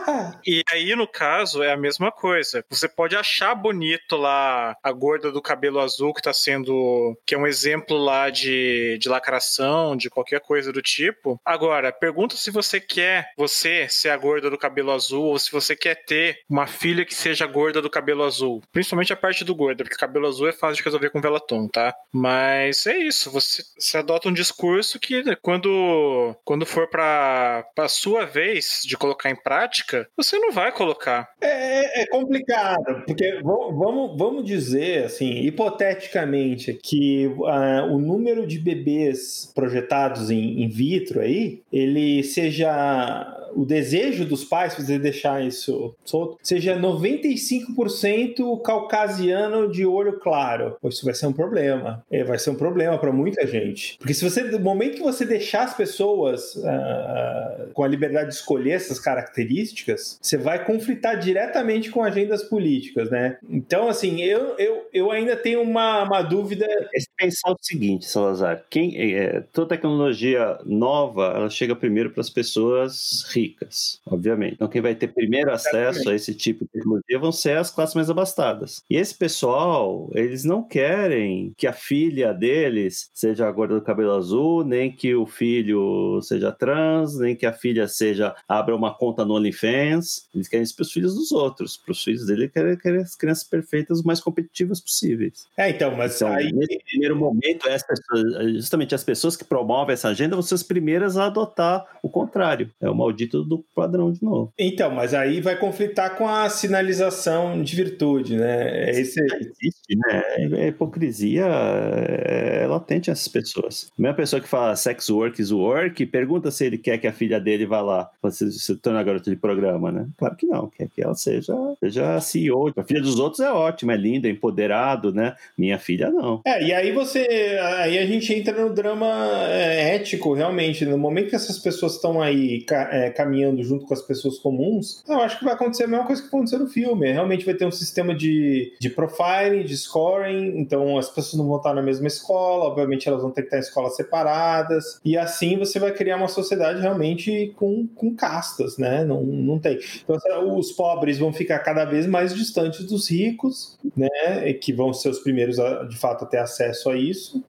E aí, no caso, é a mesma coisa. Você pode achar bonito lá a gorda do cabelo azul que tá sendo... que é um exemplo lá de, de lacração, de qualquer coisa do tipo. Agora, pergunta se você quer você ser a gorda do cabelo azul ou se você quer ter uma filha que seja gorda do cabelo azul. Principalmente a parte do gorda, porque cabelo azul é fácil de resolver com Velaton, tá? Mas é isso. Você, você adota um discurso que quando, quando for pra, pra sua vez de colocar em prática, você não vai colocar. É, é complicado, porque vamos, vamos dizer, assim, hipoteticamente, que uh, o número de bebês projetados em, in vitro aí, ele seja... o desejo dos pais, se você deixar isso solto, seja noventa e cinco por cento caucasiano de olho claro. Isso vai ser um problema. É, vai ser um problema para muita gente. Porque se você, no momento que você deixar as pessoas uh, com a liberdade de escolher essas características, você vai conflitar diretamente com agendas políticas, né? Então, assim, eu, eu, eu ainda tenho uma, uma dúvida... É pensar o seguinte, Salazar, quem, é, toda tecnologia nova, ela chega primeiro para as pessoas ricas, obviamente. Então, quem vai ter primeiro acesso a esse tipo de tecnologia vão ser as classes mais abastadas. E esse pessoal, eles não querem que a filha deles seja a gorda do cabelo azul, nem que o filho seja trans, nem que a filha seja abra uma conta no OnlyFans. Eles querem isso para os filhos dos outros. Para os filhos dele, querem, querem as crianças perfeitas, o mais competitivas possíveis. É, então, mas então, aí... nesse primeiro momento, essas, justamente as pessoas que promovem essa agenda vão ser as primeiras a adotar o contrário. É o maldito do padrão de novo. Então, mas aí vai conflitar com a sinalização de virtude, né? Esse... Existe, né? A hipocrisia é latente essas pessoas. A mesma pessoa que fala sex work is work, pergunta se ele quer que a filha dele vá lá, se, se torne a garota de programa, né? Claro que não, quer que ela seja, seja C E O. A filha dos outros é ótima, é linda, é empoderado, né? Minha filha não. É, e aí você, aí a gente entra no drama é, ético, realmente. No momento que essas pessoas estão aí é, caminhando junto com as pessoas comuns, eu acho que vai acontecer a mesma coisa que aconteceu no filme. Realmente vai ter um sistema de, de profiling, de scoring, então as pessoas não vão estar na mesma escola, obviamente elas vão ter que estar em escolas separadas, e assim você vai criar uma sociedade realmente com, com castas, né? Não, não tem. Então os pobres vão ficar cada vez mais distantes dos ricos, né, que vão ser os primeiros a, de fato, a ter acesso a isso,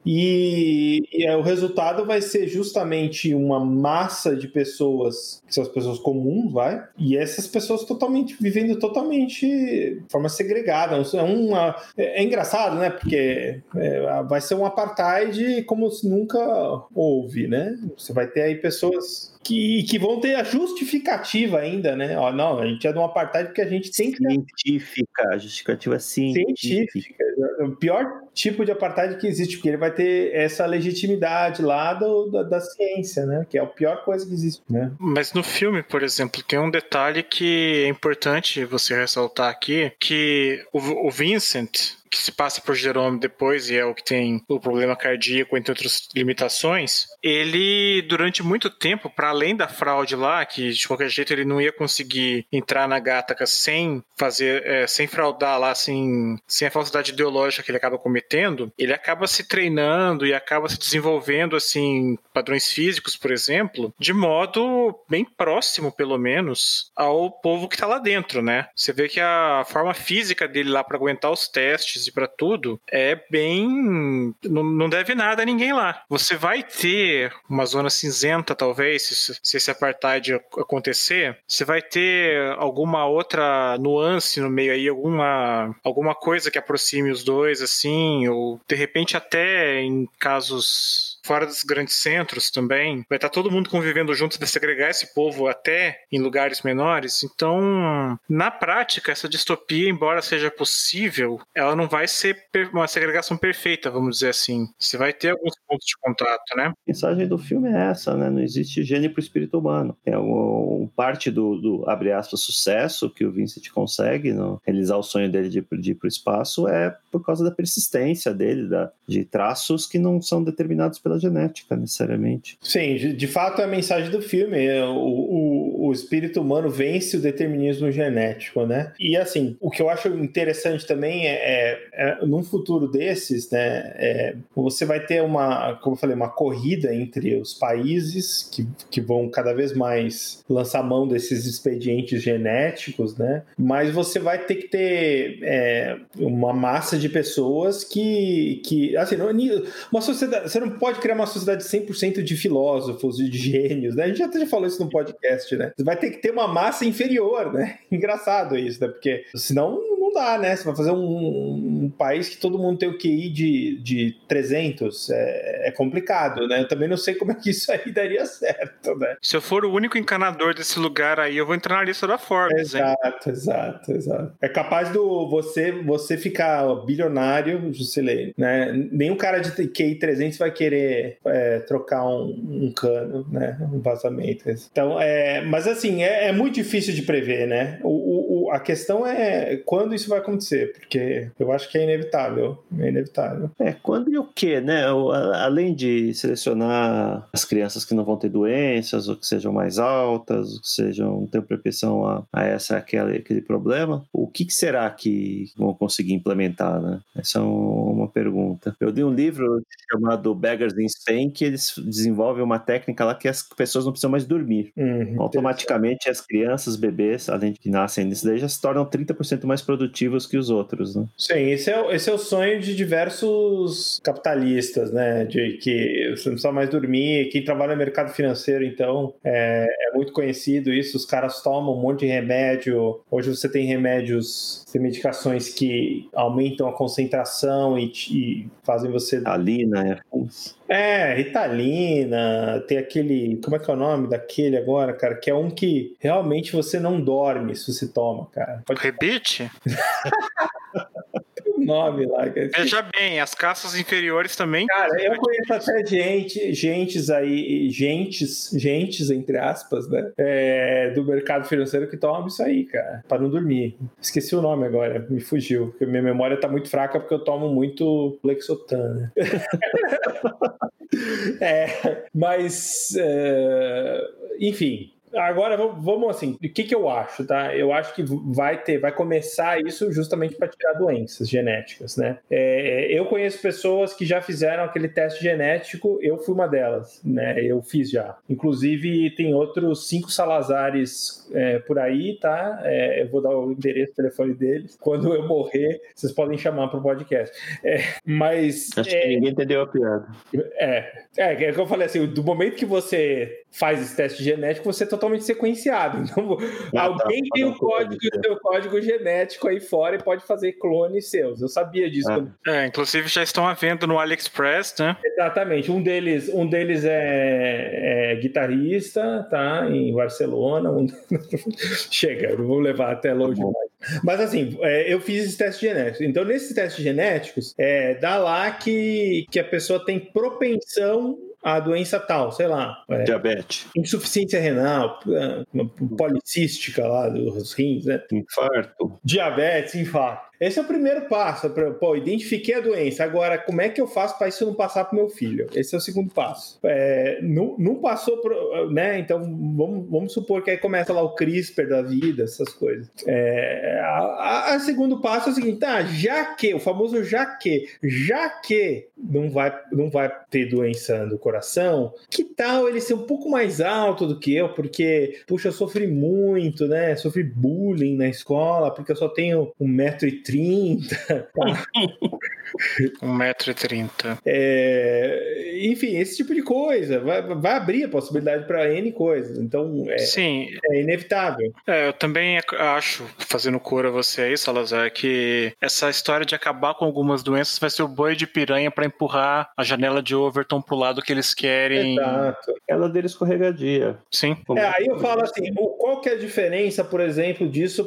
e, e é, o resultado vai ser justamente uma massa de pessoas, que são as pessoas comuns, vai, e essas pessoas totalmente, vivendo totalmente de forma segregada. É, uma, é, é engraçado, né, porque é, vai ser um apartheid como nunca houve, né, você vai ter aí pessoas que, que vão ter a justificativa ainda, né? Ó, não, a gente é de um apartheid porque a gente tem que... Científica, a justificativa científica. Científica. O pior tipo de apartheid que existe, porque ele vai ter essa legitimidade lá do, da, da ciência, né? Que é a pior coisa que existe, né? Mas no filme, por exemplo, tem um detalhe que é importante você ressaltar aqui, que o, o Vincent, que se passa por Jerome depois e é o que tem o problema cardíaco, entre outras limitações, ele, durante muito tempo, para além da fraude lá, que de qualquer jeito ele não ia conseguir entrar na Gattaca sem fazer, é, sem fraudar lá, sem, sem a falsidade ideológica que ele acaba cometendo, ele acaba se treinando e acaba se desenvolvendo, assim, padrões físicos, por exemplo, de modo bem próximo, pelo menos, ao povo que tá lá dentro, né? Você vê que a forma física dele lá para aguentar os testes e para tudo é bem... Não, não deve nada a ninguém lá. Você vai ter uma zona cinzenta, talvez, se, se esse apartheid acontecer. Você vai ter alguma outra nuance no meio aí, alguma, alguma coisa que aproxime os dois, assim, ou de repente até em casos fora dos grandes centros também, vai estar todo mundo convivendo junto, dessegregar esse povo até em lugares menores. Então, na prática, essa distopia, embora seja possível, ela não vai ser uma segregação perfeita, vamos dizer assim. Você vai ter alguns pontos de contato, né? A mensagem do filme é essa, né? Não existe gênio para o espírito humano. É um, parte do, do, abre aspas, sucesso que o Vincent consegue no, realizar o sonho dele de, de ir para o espaço é por causa da persistência dele, da, de traços que não são determinados pela genética, necessariamente. Sim, de, de fato é a mensagem do filme. O, o, o espírito humano vence o determinismo genético, né? E assim, o que eu acho interessante também é, é, é num futuro desses, né, é, você vai ter uma, como eu falei, uma corrida entre os países que, que vão cada vez mais lançar mão desses expedientes genéticos, né? Mas você vai ter que ter é, uma massa de pessoas que, que assim, não, uma sociedade, você não pode criar uma sociedade cem por cento de filósofos e de gênios, né? A gente até já falou isso no podcast, né? Você vai ter que ter uma massa inferior, né? Engraçado isso, né? Porque senão não dá, né? Você vai fazer um, um país que todo mundo tem o Q I de, de trezentos, é, é complicado, né? Eu também não sei como é que isso aí daria certo, né? Se eu for o único encanador desse lugar aí, eu vou entrar na lista da Forbes, exato, hein? Exato, exato. É capaz do você, você ficar bilionário, Juscelino, né? Nenhum cara de Q I trezentos vai querer é, trocar um, um cano, né? Um vazamento. Então, é, mas assim, é, é muito difícil de prever, né? O, o, a questão é quando isso vai acontecer, porque eu acho que é inevitável. É inevitável. É, quando e o quê, né? Além de selecionar as crianças que não vão ter doenças, ou que sejam mais altas, ou que sejam, não tenham propensão a, a essa, aquele, aquele problema, o que, que será que vão conseguir implementar, né? Essa é uma pergunta. Eu li um livro chamado Beggars in Spain, que eles desenvolvem uma técnica lá que as pessoas não precisam mais dormir. Uhum, automaticamente as crianças, bebês, além de que nascem nisso daí, já se tornam trinta por cento mais produtivos que os outros, né? Sim, esse é, esse é o sonho de diversos capitalistas, né? De que você não precisa mais dormir. Quem trabalha no mercado financeiro, então, é, é muito conhecido isso. Os caras tomam um monte de remédio. Hoje você tem remédios, tem medicações que aumentam a concentração e, e fazem você... Ritalina, é... É, Ritalina, tem aquele... Como é que é o nome daquele agora, cara? Que é um que realmente você não dorme se você toma, cara. Pode... Rebite? Nome lá. Veja bem, as caças inferiores também. Cara, eu conheço até gente, gentes aí, gentes, gentes, entre aspas, né? É, do mercado financeiro que tomam isso aí, cara, pra não dormir. Esqueci o nome agora, me fugiu, porque minha memória tá muito fraca porque eu tomo muito Lexotan, né? É, mas, é, enfim. agora vamos assim, o que que eu acho, tá? Eu acho que vai ter, vai começar isso justamente para tirar doenças genéticas, né? É, eu conheço pessoas que já fizeram aquele teste genético, eu fui uma delas, né? Eu fiz já. Inclusive, tem outros cinco Salazares é, por aí, tá? É, eu vou dar o endereço, o telefone deles. Quando eu morrer, vocês podem chamar para o podcast. É, mas... Acho é, que ninguém entendeu a piada. É, é, é que eu falei assim, do momento que você faz esse teste genético, você é totalmente sequenciado. Então, ah, alguém tá, tem o código, seu código genético aí fora e pode fazer clones seus. Eu sabia disso. Ah. Quando... É, inclusive já estão à venda no AliExpress, né? Exatamente. Um deles, um deles é, é guitarrista, tá? Em Barcelona. Um... Chega, eu não vou levar até longe tá mais. Mas assim, é, eu fiz esses testes genéticos. Então, nesses testes genéticos, é, dá lá que, que a pessoa tem propensão a doença tal, sei lá. É, diabetes. Insuficiência renal, policística lá dos rins, né? Infarto. Diabetes, infarto. Esse é o primeiro passo. Pô, identifiquei a doença. Agora, como é que eu faço para isso não passar para o meu filho? Esse é o segundo passo. É, não, não passou, pro, né? Então, vamos, vamos supor que aí começa lá o CRISPR da vida, essas coisas. É, a, a, a segundo passo é o seguinte, tá, já que, o famoso já que, já que não vai, não vai ter doença no coração, que tal ele ser um pouco mais alto do que eu? Porque, puxa, eu sofri muito, né? Sofri bullying na escola, porque eu só tenho um metro e trinta. um metro e trinta. É, enfim, esse tipo de coisa. Vai, vai abrir a possibilidade para N coisas. Então, é, Sim. é inevitável. É, eu também acho, fazendo cor a você aí, Salazar, que essa história de acabar com algumas doenças vai ser o boi de piranha para empurrar a janela de Overton pro lado que eles querem. Exato. Ela dele escorregadia. Sim. É, aí eu falo assim, qual que é a diferença, por exemplo, disso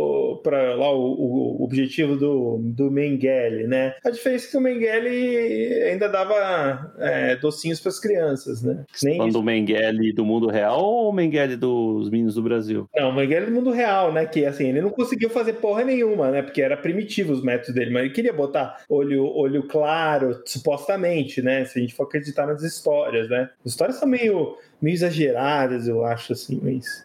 para lá o, o objetivo do, do Mengele, né? A diferença é que o Mengele ainda dava é, docinhos para as crianças, né? Nem falando do Mengele do mundo real ou o Mengele dos Meninos do Brasil? Não, o Mengele do mundo real, né? Que assim, ele não conseguiu fazer porra nenhuma, né? Porque era primitivo os métodos dele, mas ele queria botar olho, olho claro, supostamente, né? Se a gente for acreditar nas histórias, né? As histórias são meio... meio exageradas, eu acho, assim, mas,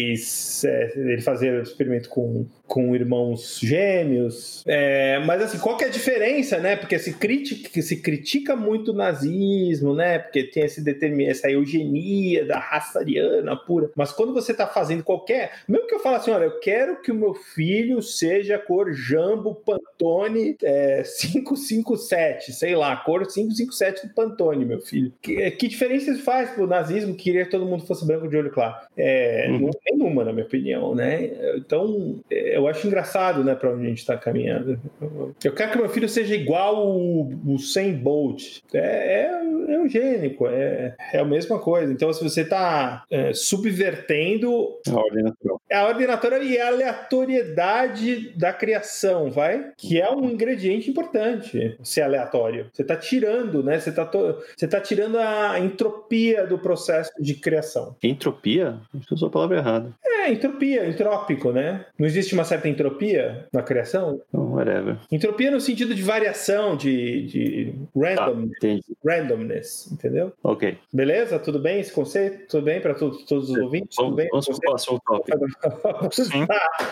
mas é, ele fazia experimento com, com irmãos gêmeos, é, mas assim, qual que é a diferença, né, porque se critica, se critica muito o nazismo, né, porque tem esse determin... essa eugenia da raça ariana pura, mas quando você tá fazendo qualquer, mesmo que eu falo assim, olha, eu quero que o meu filho seja cor Jambo Pantone é, cinco cinco sete, sei lá, cor cinco cinco sete do Pantone, meu filho, que, que diferença isso faz pro nazismo? Queria que todo mundo fosse branco de olho claro. É, uhum. Nenhuma, na minha opinião, né? Então, eu acho engraçado, né, para onde a gente está caminhando. Eu quero que meu filho seja igual o Usain Bolt. É, é, é eugênico, é, é a mesma coisa. Então, se você está é, subvertendo a ordem natural. É a ordem natural e a aleatoriedade da criação, vai? Que é um ingrediente importante, ser aleatório. Você está tirando, né? Você está to... você tá tirando a entropia do processo de criação. Entropia? Acho que usou a palavra errada. É, entropia, entrópico, né? Não existe uma certa entropia na criação? Oh, whatever. Entropia no sentido de variação, de, de random, ah, randomness, entendeu? Ok. Beleza? Tudo bem esse conceito? Tudo bem para todos, todos os ouvintes? Vamos, Tudo bem? Vamos para o próximo tópico. Sim.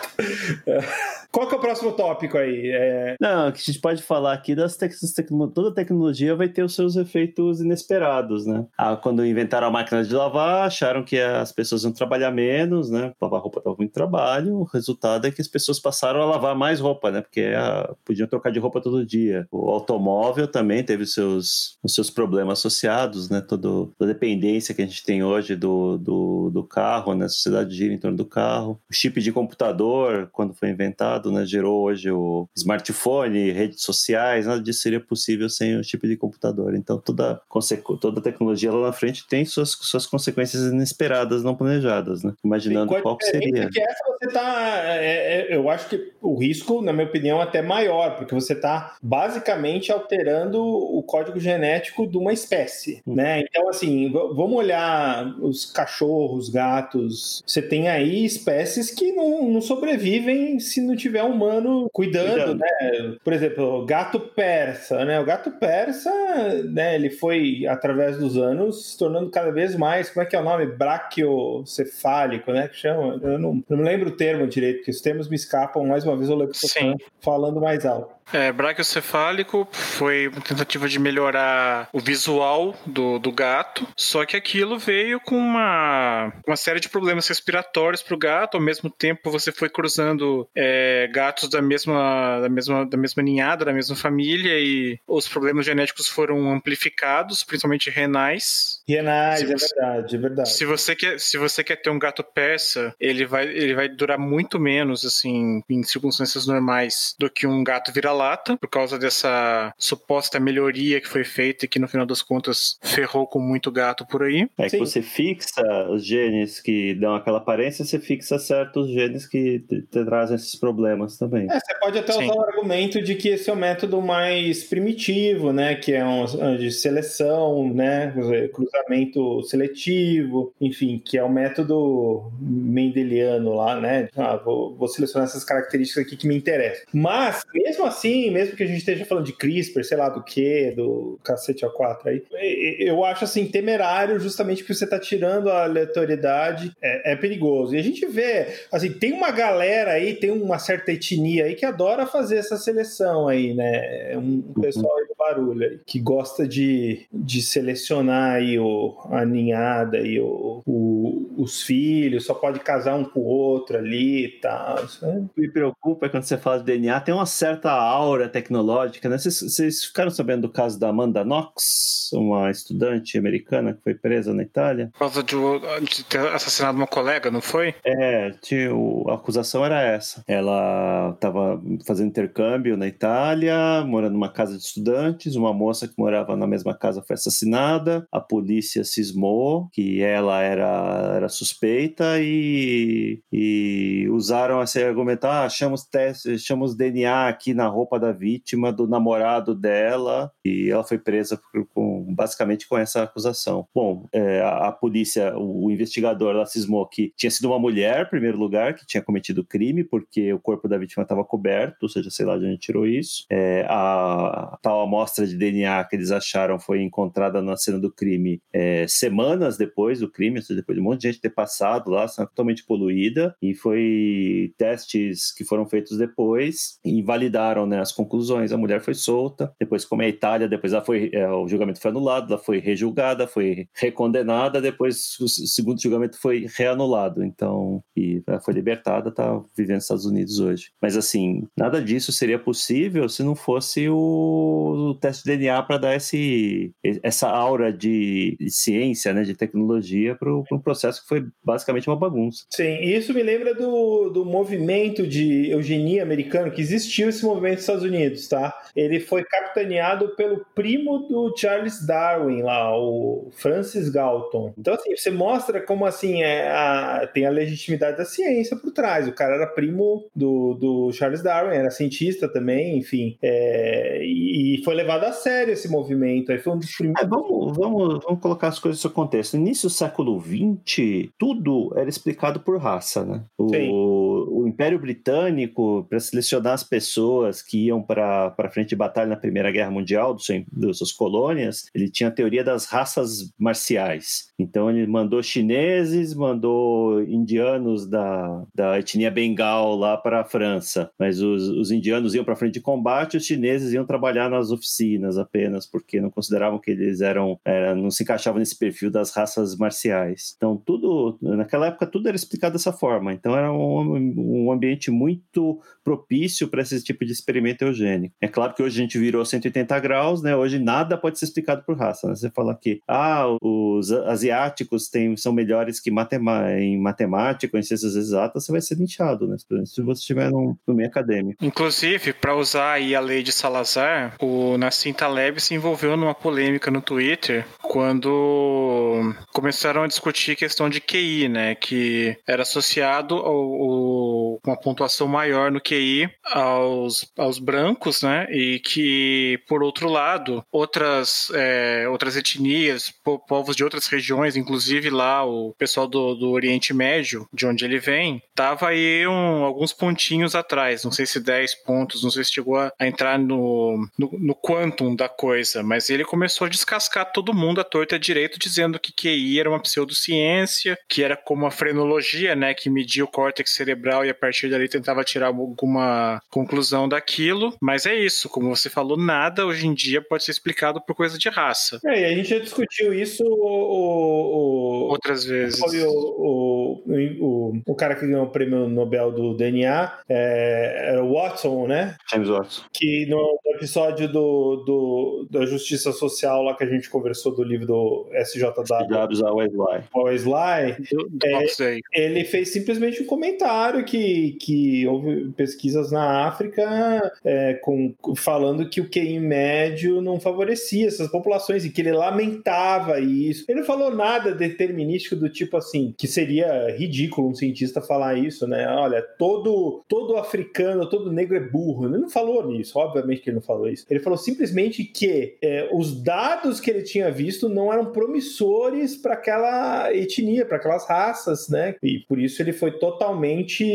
Qual que é o próximo tópico aí? É... Não, que a gente pode falar aqui das tec- tecno- toda tecnologia vai ter os seus efeitos inesperados, né? Ah, quando inventaram a máquina de lavar, acharam que as pessoas iam trabalhar menos, né? Lavar roupa dava muito trabalho. O resultado é que as pessoas passaram a lavar mais roupa, né? Porque ah, podiam trocar de roupa todo dia. O automóvel também teve os seus, os seus problemas associados, né? Todo, toda a dependência que a gente tem hoje do, do, do carro, né? A sociedade gira em torno do carro. O chip de computador, quando foi inventado, né? Gerou hoje o smartphone, redes sociais, nada disso seria possível sem o chip de computador. Então, toda, toda tecnologia lá na frente tem suas, suas consequências inesperadas, não planejadas, né? Imaginando qual que seria. Que essa você tá, é, é, eu acho que o risco, na minha opinião, até maior, porque você está basicamente alterando o código genético de uma espécie, hum. né? Então, assim, v- vamos olhar os cachorros, gatos. Você tem aí espécies que não, não sobrevivem se não tiver humano cuidando, cuidando, né? Por exemplo, o gato persa, né? O gato persa, né? Ele foi, através dos anos, se tornando cada vez mais, como é que é o nome? Braquiocefálico, né? Que chama? Eu não, não lembro o termo direito, porque os termos me escapam. Mais uma vez eu lembro que eu tô falando mais alto. É, braquiocefálico foi uma tentativa de melhorar o visual do, do gato, só que aquilo veio com uma, uma série de problemas respiratórios para o gato. Ao mesmo tempo você foi cruzando é, gatos da mesma, da, mesma, da mesma ninhada, da mesma família, e os problemas genéticos foram amplificados, principalmente renais. Renais, se é você, verdade, é verdade. Se você, quer, se você quer ter um gato persa, ele vai, ele vai durar muito menos, assim, em circunstâncias normais, do que um gato vira-lata, por causa dessa suposta melhoria que foi feita e que no final das contas ferrou com muito gato por aí. É Sim. que você fixa os genes que dão aquela aparência, você fixa certos genes que te, te trazem esses problemas também. É, você pode até Sim. usar o argumento de que esse é o método mais primitivo, né, que é um de seleção, né, cruzamento seletivo, enfim, que é o método mendeliano lá, né, ah, vou, vou selecionar essas características aqui que me interessam. Mas, mesmo assim, mesmo que a gente esteja falando de CRISPR, sei lá do que, do cacete A quatro aí, eu acho assim temerário, justamente porque você está tirando a aleatoriedade, é, é perigoso. E a gente vê, assim, tem uma galera aí, tem uma certa etnia aí que adora fazer essa seleção aí, né, um pessoal aí do barulho aí, que gosta de, de selecionar aí o, a ninhada e o, o, os filhos, só pode casar um com o outro ali e tal. Isso é... Me preocupa é quando você fala de D N A, tem uma certa aura tecnológica, né? Vocês, vocês ficaram sabendo do caso da Amanda Knox, uma estudante americana que foi presa na Itália? Por causa de, de ter assassinado uma colega, não foi? É, tinha, o, a acusação era essa. Ela estava fazendo intercâmbio na Itália, morando numa casa de estudantes, uma moça que morava na mesma casa foi assassinada, a polícia cismou que ela era, era suspeita e, e usaram esse argumento, ah, achamos, teste, achamos D N A aqui na roupa da vítima, do namorado dela, e ela foi presa por, com, basicamente com essa acusação. Bom, é, a, a polícia, o, o investigador, ela cismou que tinha sido uma mulher, em primeiro lugar, que tinha cometido o crime, porque o corpo da vítima estava coberto, ou seja, sei lá de onde tirou isso. É, a, a tal amostra de D N A que eles acharam foi encontrada na cena do crime é, semanas depois do crime, ou seja, depois de um monte de gente ter passado lá, totalmente poluída, e foi testes que foram feitos depois e validaram, né, as conclusões. A mulher foi solta, depois, como é a Itália, depois ela foi, é, o julgamento foi anulado, ela foi rejulgada, foi recondenada, depois o segundo julgamento foi reanulado, então, e ela foi libertada, tá vivendo nos Estados Unidos hoje. Mas assim, nada disso seria possível se não fosse o, o teste de D N A para dar esse, essa aura de, de ciência, né, de tecnologia para um processo que foi basicamente uma bagunça. Sim, e isso me lembra do, do movimento de eugenia americano, que existiu esse movimento nos Estados Unidos, tá? Ele foi capitaneado pelo primo do Charles Darwin lá, o Francis Galton. Então, assim, você mostra como, assim, é a, tem a legitimidade da ciência por trás. O cara era primo do, do Charles Darwin, era cientista também, enfim, é, e, e foi levado a sério esse movimento. Aí foi um dos primeiros... É, vamos, vamos, vamos colocar as coisas no seu contexto. No início do século vinte, tudo era explicado por raça, né? O, o Império Britânico, para selecionar as pessoas que iam para a frente de batalha na Primeira Guerra Mundial, do seu, das suas colônias, ele tinha a teoria das raças marciais. Então ele mandou chineses, mandou indianos da, da etnia Bengal lá para a França, mas os, os indianos iam para a frente de combate, os chineses iam trabalhar nas oficinas apenas, porque não consideravam que eles eram, era, não se encaixavam nesse perfil das raças marciais. Então tudo, naquela época tudo era explicado dessa forma, então era um, um ambiente muito propício para esse tipo de experimento eugênico. É claro que hoje a gente virou cento e oitenta graus, né? Hoje nada pode ser explicado por raça, né? Você fala que ah, os asiáticos têm, são melhores que matema- em matemática, em ciências exatas, você vai ser linchado, né? Se você estiver no, no meio acadêmico. Inclusive, para usar aí a lei de Salazar, o Nassim Taleb se envolveu numa polêmica no Twitter quando começaram a discutir a questão de Q I, né? Que era associado ao, ao o, uma pontuação maior no Q I aos, aos brancos, né? E que, por outro lado, outras, é, outras etnias, po- povos de outras regiões, inclusive lá o pessoal do, do Oriente Médio, de onde ele vem, tava aí um, alguns pontinhos atrás, não sei se dez pontos, não sei se chegou a, a entrar no, no, no quantum da coisa, mas ele começou a descascar todo mundo à torta direito, dizendo que Q I era uma pseudociência, que era como a frenologia, né, que media o córtex cerebral e a partir dali tentava tirar alguma conclusão daquilo, mas é isso, como você falou, nada hoje em dia pode ser explicado por coisa de raça. É, e a gente já discutiu isso o, o, outras vezes. Foi o, o, o, o cara que ganhou o prêmio Nobel do D N A, é, era o Watson, né? James Watson. Que no episódio do, do, da Justiça Social lá que a gente conversou do livro do S J W, Wesley, é, ele fez simplesmente um comentário que, que houve pesquisas na África é, com, falando que o Q I médio não favorecia essas populações e que ele lamentava isso. Ele não falou nada determinístico do tipo assim, que seria ridículo um cientista falar isso, né? Olha, todo, todo africano, todo negro é burro. Ele não falou nisso, obviamente que ele não falou isso. Ele falou simplesmente que é, os dados que ele tinha visto não eram promissores para aquela etnia, para aquelas raças, né? E por isso ele foi totalmente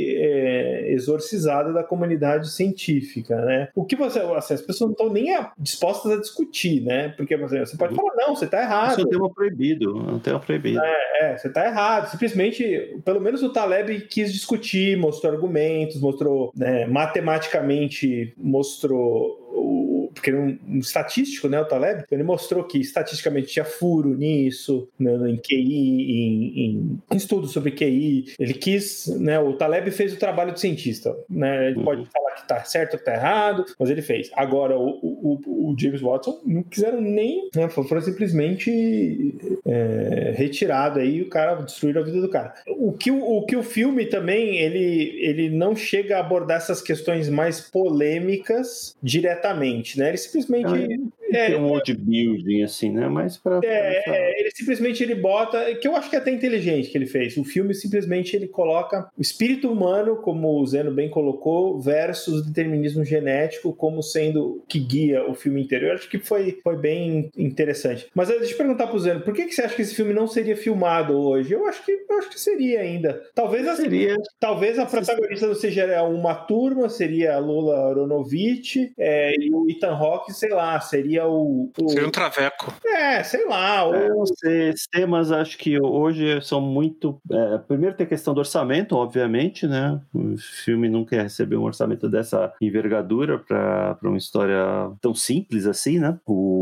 é, exorcizado da comunidade científica, né? O que você... Assim, as pessoas não estão nem dispostas a discutir, né? Porque você pode falar, não, você está errado. Isso é um tema proibido, é um tema proibido. É, é, você está errado. Simplesmente, pelo menos o Taleb quis discutir, mostrou argumentos, mostrou, né, matematicamente, mostrou o porque era um, um estatístico, né, o Taleb, ele mostrou que estatisticamente tinha furo nisso, né, em Q I, em, em, em estudos sobre Q I. Ele quis, né, o Taleb fez o trabalho de cientista, né, ele uhum. pode falar que tá certo ou tá errado, mas ele fez. Agora, o, o, o James Watson não quiseram nem, né, foram simplesmente é, retirado aí, o cara destruíram a vida do cara. O que o, o que o filme também, ele, ele não chega a abordar essas questões mais polêmicas diretamente, né? Ele simplesmente... É, tem um world building, assim, né? Mas pra... É, é, ele simplesmente ele bota... Que eu acho que é até inteligente que ele fez. O filme simplesmente ele coloca o espírito humano, como o Zeno bem colocou, versus o determinismo genético como sendo o que guia o filme inteiro. Eu acho que foi, foi bem interessante. Mas deixa eu perguntar pro Zeno, por que, que você acha que esse filme não seria filmado hoje? Eu acho que, eu acho que seria ainda. Talvez a, seria. Talvez a protagonista não seja uma turma, seria a Lula Aronovich, é, e o Ethan Hawke, sei lá, seria o... o... Seria um traveco. É, sei lá. O... É, não sei, esses temas acho que hoje são muito... É, primeiro tem a questão do orçamento, obviamente, né? O filme não quer receber um orçamento dessa envergadura para uma história tão simples assim, né?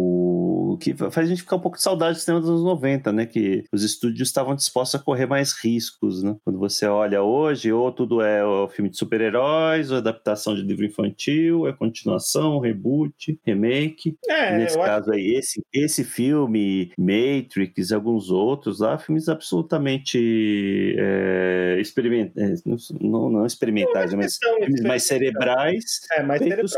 O que faz a gente ficar um pouco de saudade do cinema dos anos noventa, né? Que os estúdios estavam dispostos a correr mais riscos, né? Quando você olha hoje, ou tudo é o filme de super-heróis, ou adaptação de livro infantil, é continuação, reboot, remake. É, nesse caso acho... aí, esse, esse filme, Matrix, alguns outros lá, filmes absolutamente é, experimentais, não, não experimentais, não, mas filmes mais cerebrais, é, mais feitos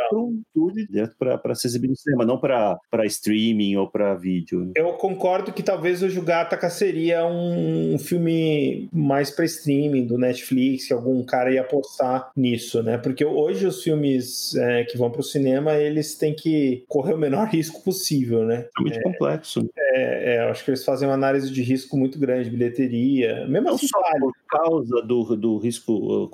para se exibir no cinema, não para streaming ou para vídeo. Né? Eu concordo que talvez o Gattaca seria um filme mais para streaming do Netflix, que algum cara ia apostar nisso, né? Porque hoje os filmes é, que vão para o cinema, eles têm que correr o menor risco possível, né? É muito é, complexo. É, é, eu acho que eles fazem uma análise de risco muito grande, bilheteria, mesmo não assim, só vale. Por causa do, do risco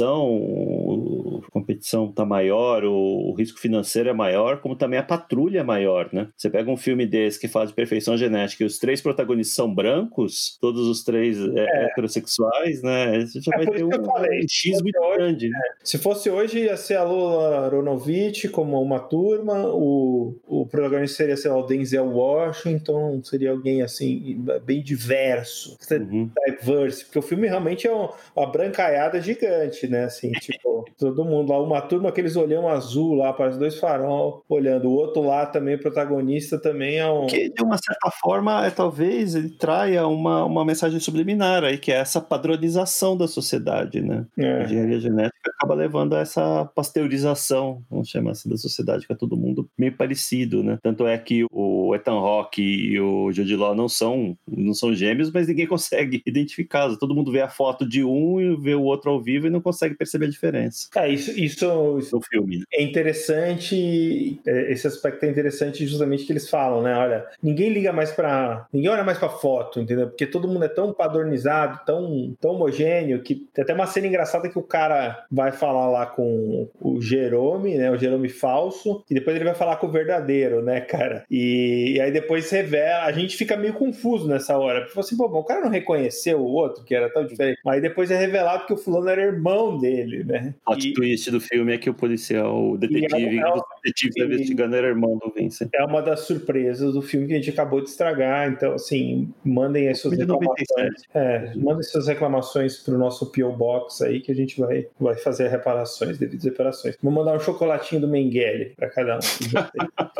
competição, a competição tá maior, o, o risco financeiro é maior, como também a patrulha é maior, né? Você pega um filme desse que fala de perfeição genética e os três protagonistas são brancos, todos os três é, é. heterossexuais, né? Você já é vai ter um, falei, um X muito hoje, grande. É. Se fosse hoje, ia ser a Lula Aronovich como uma turma, o, o protagonista seria, sei lá, o Denzel Washington, seria alguém assim, bem diverso, uhum. diverse, porque o filme realmente é uma, uma brancaiada gigante, né? Assim, tipo, todo mundo mundo lá, uma turma, aqueles olhão azul lá, parece dois farol olhando. O outro lá também, o protagonista também é um... Que, de uma certa forma, é, talvez ele traia uma, uma mensagem subliminar aí, que é essa padronização da sociedade, né? É. A engenharia genética acaba levando a essa pasteurização, vamos chamar assim, da sociedade, que é todo mundo meio parecido, né? Tanto é que o Ethan Hawke e o Jude Law não são, não são gêmeos, mas ninguém consegue identificá-los. Todo mundo vê a foto de um e vê o outro ao vivo e não consegue perceber a diferença. É, isso, isso, isso no filme, né? É interessante, esse aspecto é interessante justamente que eles falam, né? Olha, ninguém liga mais pra... Ninguém olha mais pra foto, entendeu? Porque todo mundo é tão padronizado, tão, tão homogêneo, que tem até uma cena engraçada que o cara vai falar lá com o Jerome, né? O Jerome falso, e depois ele vai falar com o verdadeiro, né, cara? E, e aí depois revela, a gente fica meio confuso nessa hora. Porque assim, pô, o cara não reconheceu o outro, que era tão diferente. Aí depois é revelado que o fulano era irmão dele, né? O plot twist do filme é que o policial, o detetive, é, é, o detetive está investigando era irmão do Vincent. É uma das surpresas do filme que a gente acabou de estragar. Então, assim, mandem as suas reclamações. É, mandem suas reclamações pro nosso P O Box aí, que a gente vai, vai fazer reparações, devidas reparações. Vou mandar um chocolatinho do Mengele para cada um.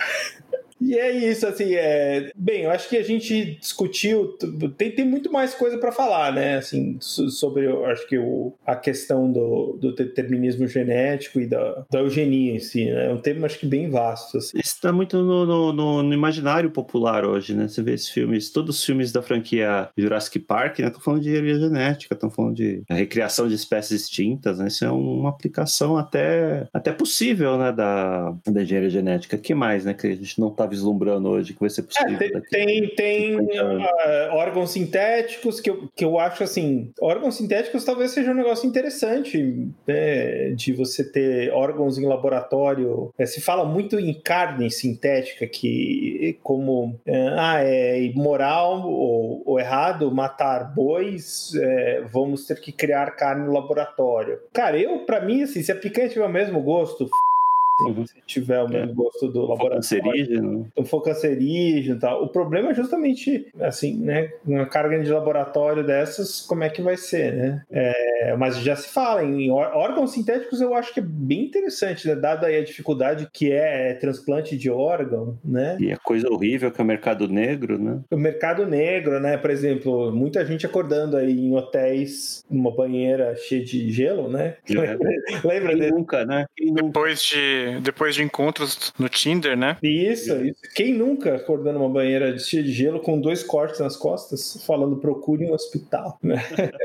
E é isso, assim, é... bem, eu acho que a gente discutiu, tem, tem muito mais coisa para falar, né, assim, sobre, eu acho que o, a questão do, do determinismo genético e da, da eugenia em si, né, é um tema, acho que bem vasto, assim. Isso está muito no, no, no, no imaginário popular hoje, né, você vê esses filmes, todos os filmes da franquia Jurassic Park, né, estão falando de engenharia genética, estão falando de recriação de espécies extintas, né, isso é uma aplicação até, até possível, né, da, da engenharia genética. O que mais, né, que a gente não está vislumbrando hoje que vai ser possível. É, tem tem uh, órgãos sintéticos que eu, que eu acho assim, órgãos sintéticos talvez seja um negócio interessante, né, de você ter órgãos em laboratório. É, se fala muito em carne sintética, que como é, ah, é imoral ou, ou errado matar bois, é, vamos ter que criar carne no laboratório. Cara, eu, pra mim, assim, se a picanha tiver o mesmo gosto, Uhum. se tiver o mesmo é. gosto do laboratório, cancerígeno. Se for cancerígeno e tal. O problema é justamente, assim, né, uma carga de laboratório dessas, como é que vai ser, né? É, mas já se fala em órgãos sintéticos, eu acho que é bem interessante, né? Dada aí a dificuldade que é transplante de órgão, né? E a coisa horrível que é o mercado negro, né? O mercado negro, né? Por exemplo, muita gente acordando aí em hotéis, numa banheira cheia de gelo, né? É. Lembra Quem dele? nunca, né? Quem Depois de depois de encontros no Tinder, né? Isso, isso. Quem nunca acordou numa banheira cheia de gelo com dois cortes nas costas, falando procure um hospital, né?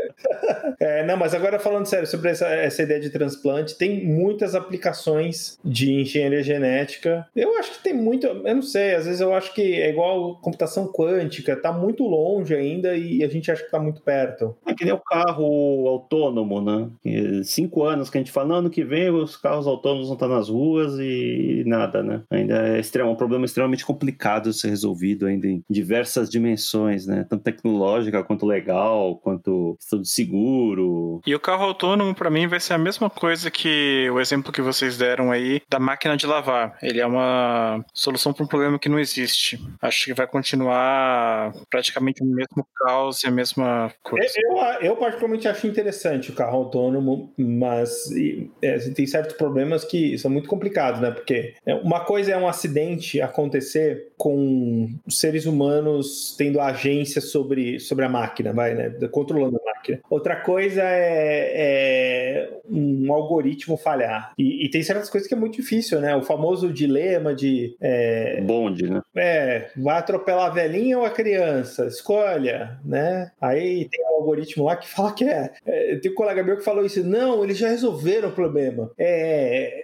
É, não, mas agora falando sério sobre essa, essa ideia de transplante, tem muitas aplicações de engenharia genética. Eu acho que tem muito, eu não sei, às vezes eu acho que é igual computação quântica, tá muito longe ainda e a gente acha que tá muito perto. É que nem o carro autônomo, né? Cinco anos que a gente fala, não, ano que vem os carros autônomos vão estar nas ruas e nada, né? Ainda é extremo, um problema extremamente complicado de ser resolvido ainda em diversas dimensões, né? Tanto tecnológica, quanto legal, quanto questão de seguro. E o carro autônomo, para mim, vai ser a mesma coisa que o exemplo que vocês deram aí da máquina de lavar. Ele é uma solução para um problema que não existe. Acho que vai continuar praticamente o mesmo caos e a mesma coisa. Eu, eu particularmente acho interessante o carro autônomo, mas é, tem certos problemas que são muito complicados, né? Porque uma coisa é um acidente acontecer com seres humanos tendo agência sobre, sobre a máquina, vai, né? Controlando a máquina. Outra coisa é, é um algoritmo falhar. E, e tem certas coisas que é muito difícil, né? O famoso dilema de... É, bonde, né? É, vai atropelar a velhinha ou a criança? Escolha, né? Aí tem um algoritmo lá que fala que é... é tem um colega meu que falou isso. Não, eles já resolveram o problema. É...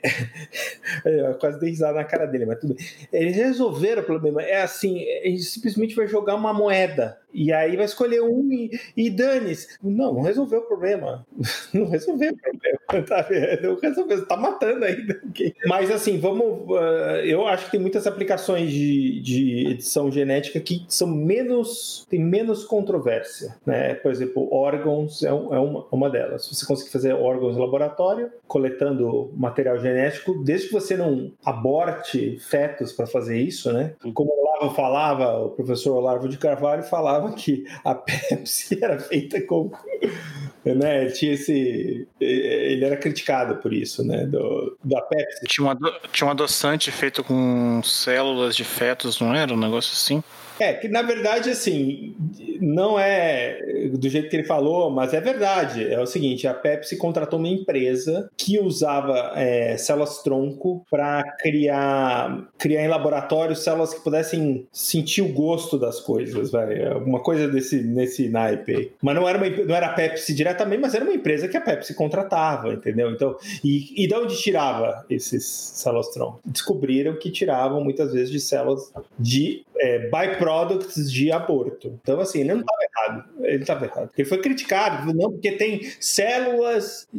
Eu quase dei risada na cara dele, mas tudo bem. Eles resolveram o problema. É assim, a gente simplesmente vai jogar uma moeda. E aí vai escolher um e, e dane-se. Não, não resolveu o problema. Não resolveu o problema. Tá vendo? Não resolveu. Tá matando ainda. Mas assim, vamos... Uh, eu acho que tem muitas aplicações de, de edição genética que são menos... tem menos controvérsia, né? Por exemplo, órgãos é, um, é uma, uma delas. Se você conseguir fazer órgãos no laboratório, coletando material genético, desde que você não aborte fetos para fazer isso, né? Como o Olavo falava, o professor Olavo de Carvalho falava que a Pepsi era feita com né? Tinha esse... Ele era criticado por isso, né? Do, da Pepsi. Tinha um, ado... Tinha um adoçante feito com células de fetos, não era? Um negócio assim? É, que na verdade, assim, não é do jeito que ele falou, mas é verdade. É o seguinte, a Pepsi contratou uma empresa que usava é, células-tronco para criar, criar em laboratório células que pudessem sentir o gosto das coisas, vai. Alguma coisa desse, nesse naipe aí. Mas não era, uma, não era a Pepsi diretamente, mas era uma empresa que a Pepsi contratava, entendeu? Então, e, e de onde tirava esses células-tronco? Descobriram que tiravam muitas vezes de células de é, byproducts de aborto. Então, assim, ele não estava errado. Ele estava errado. Ele foi criticado, não, porque tem células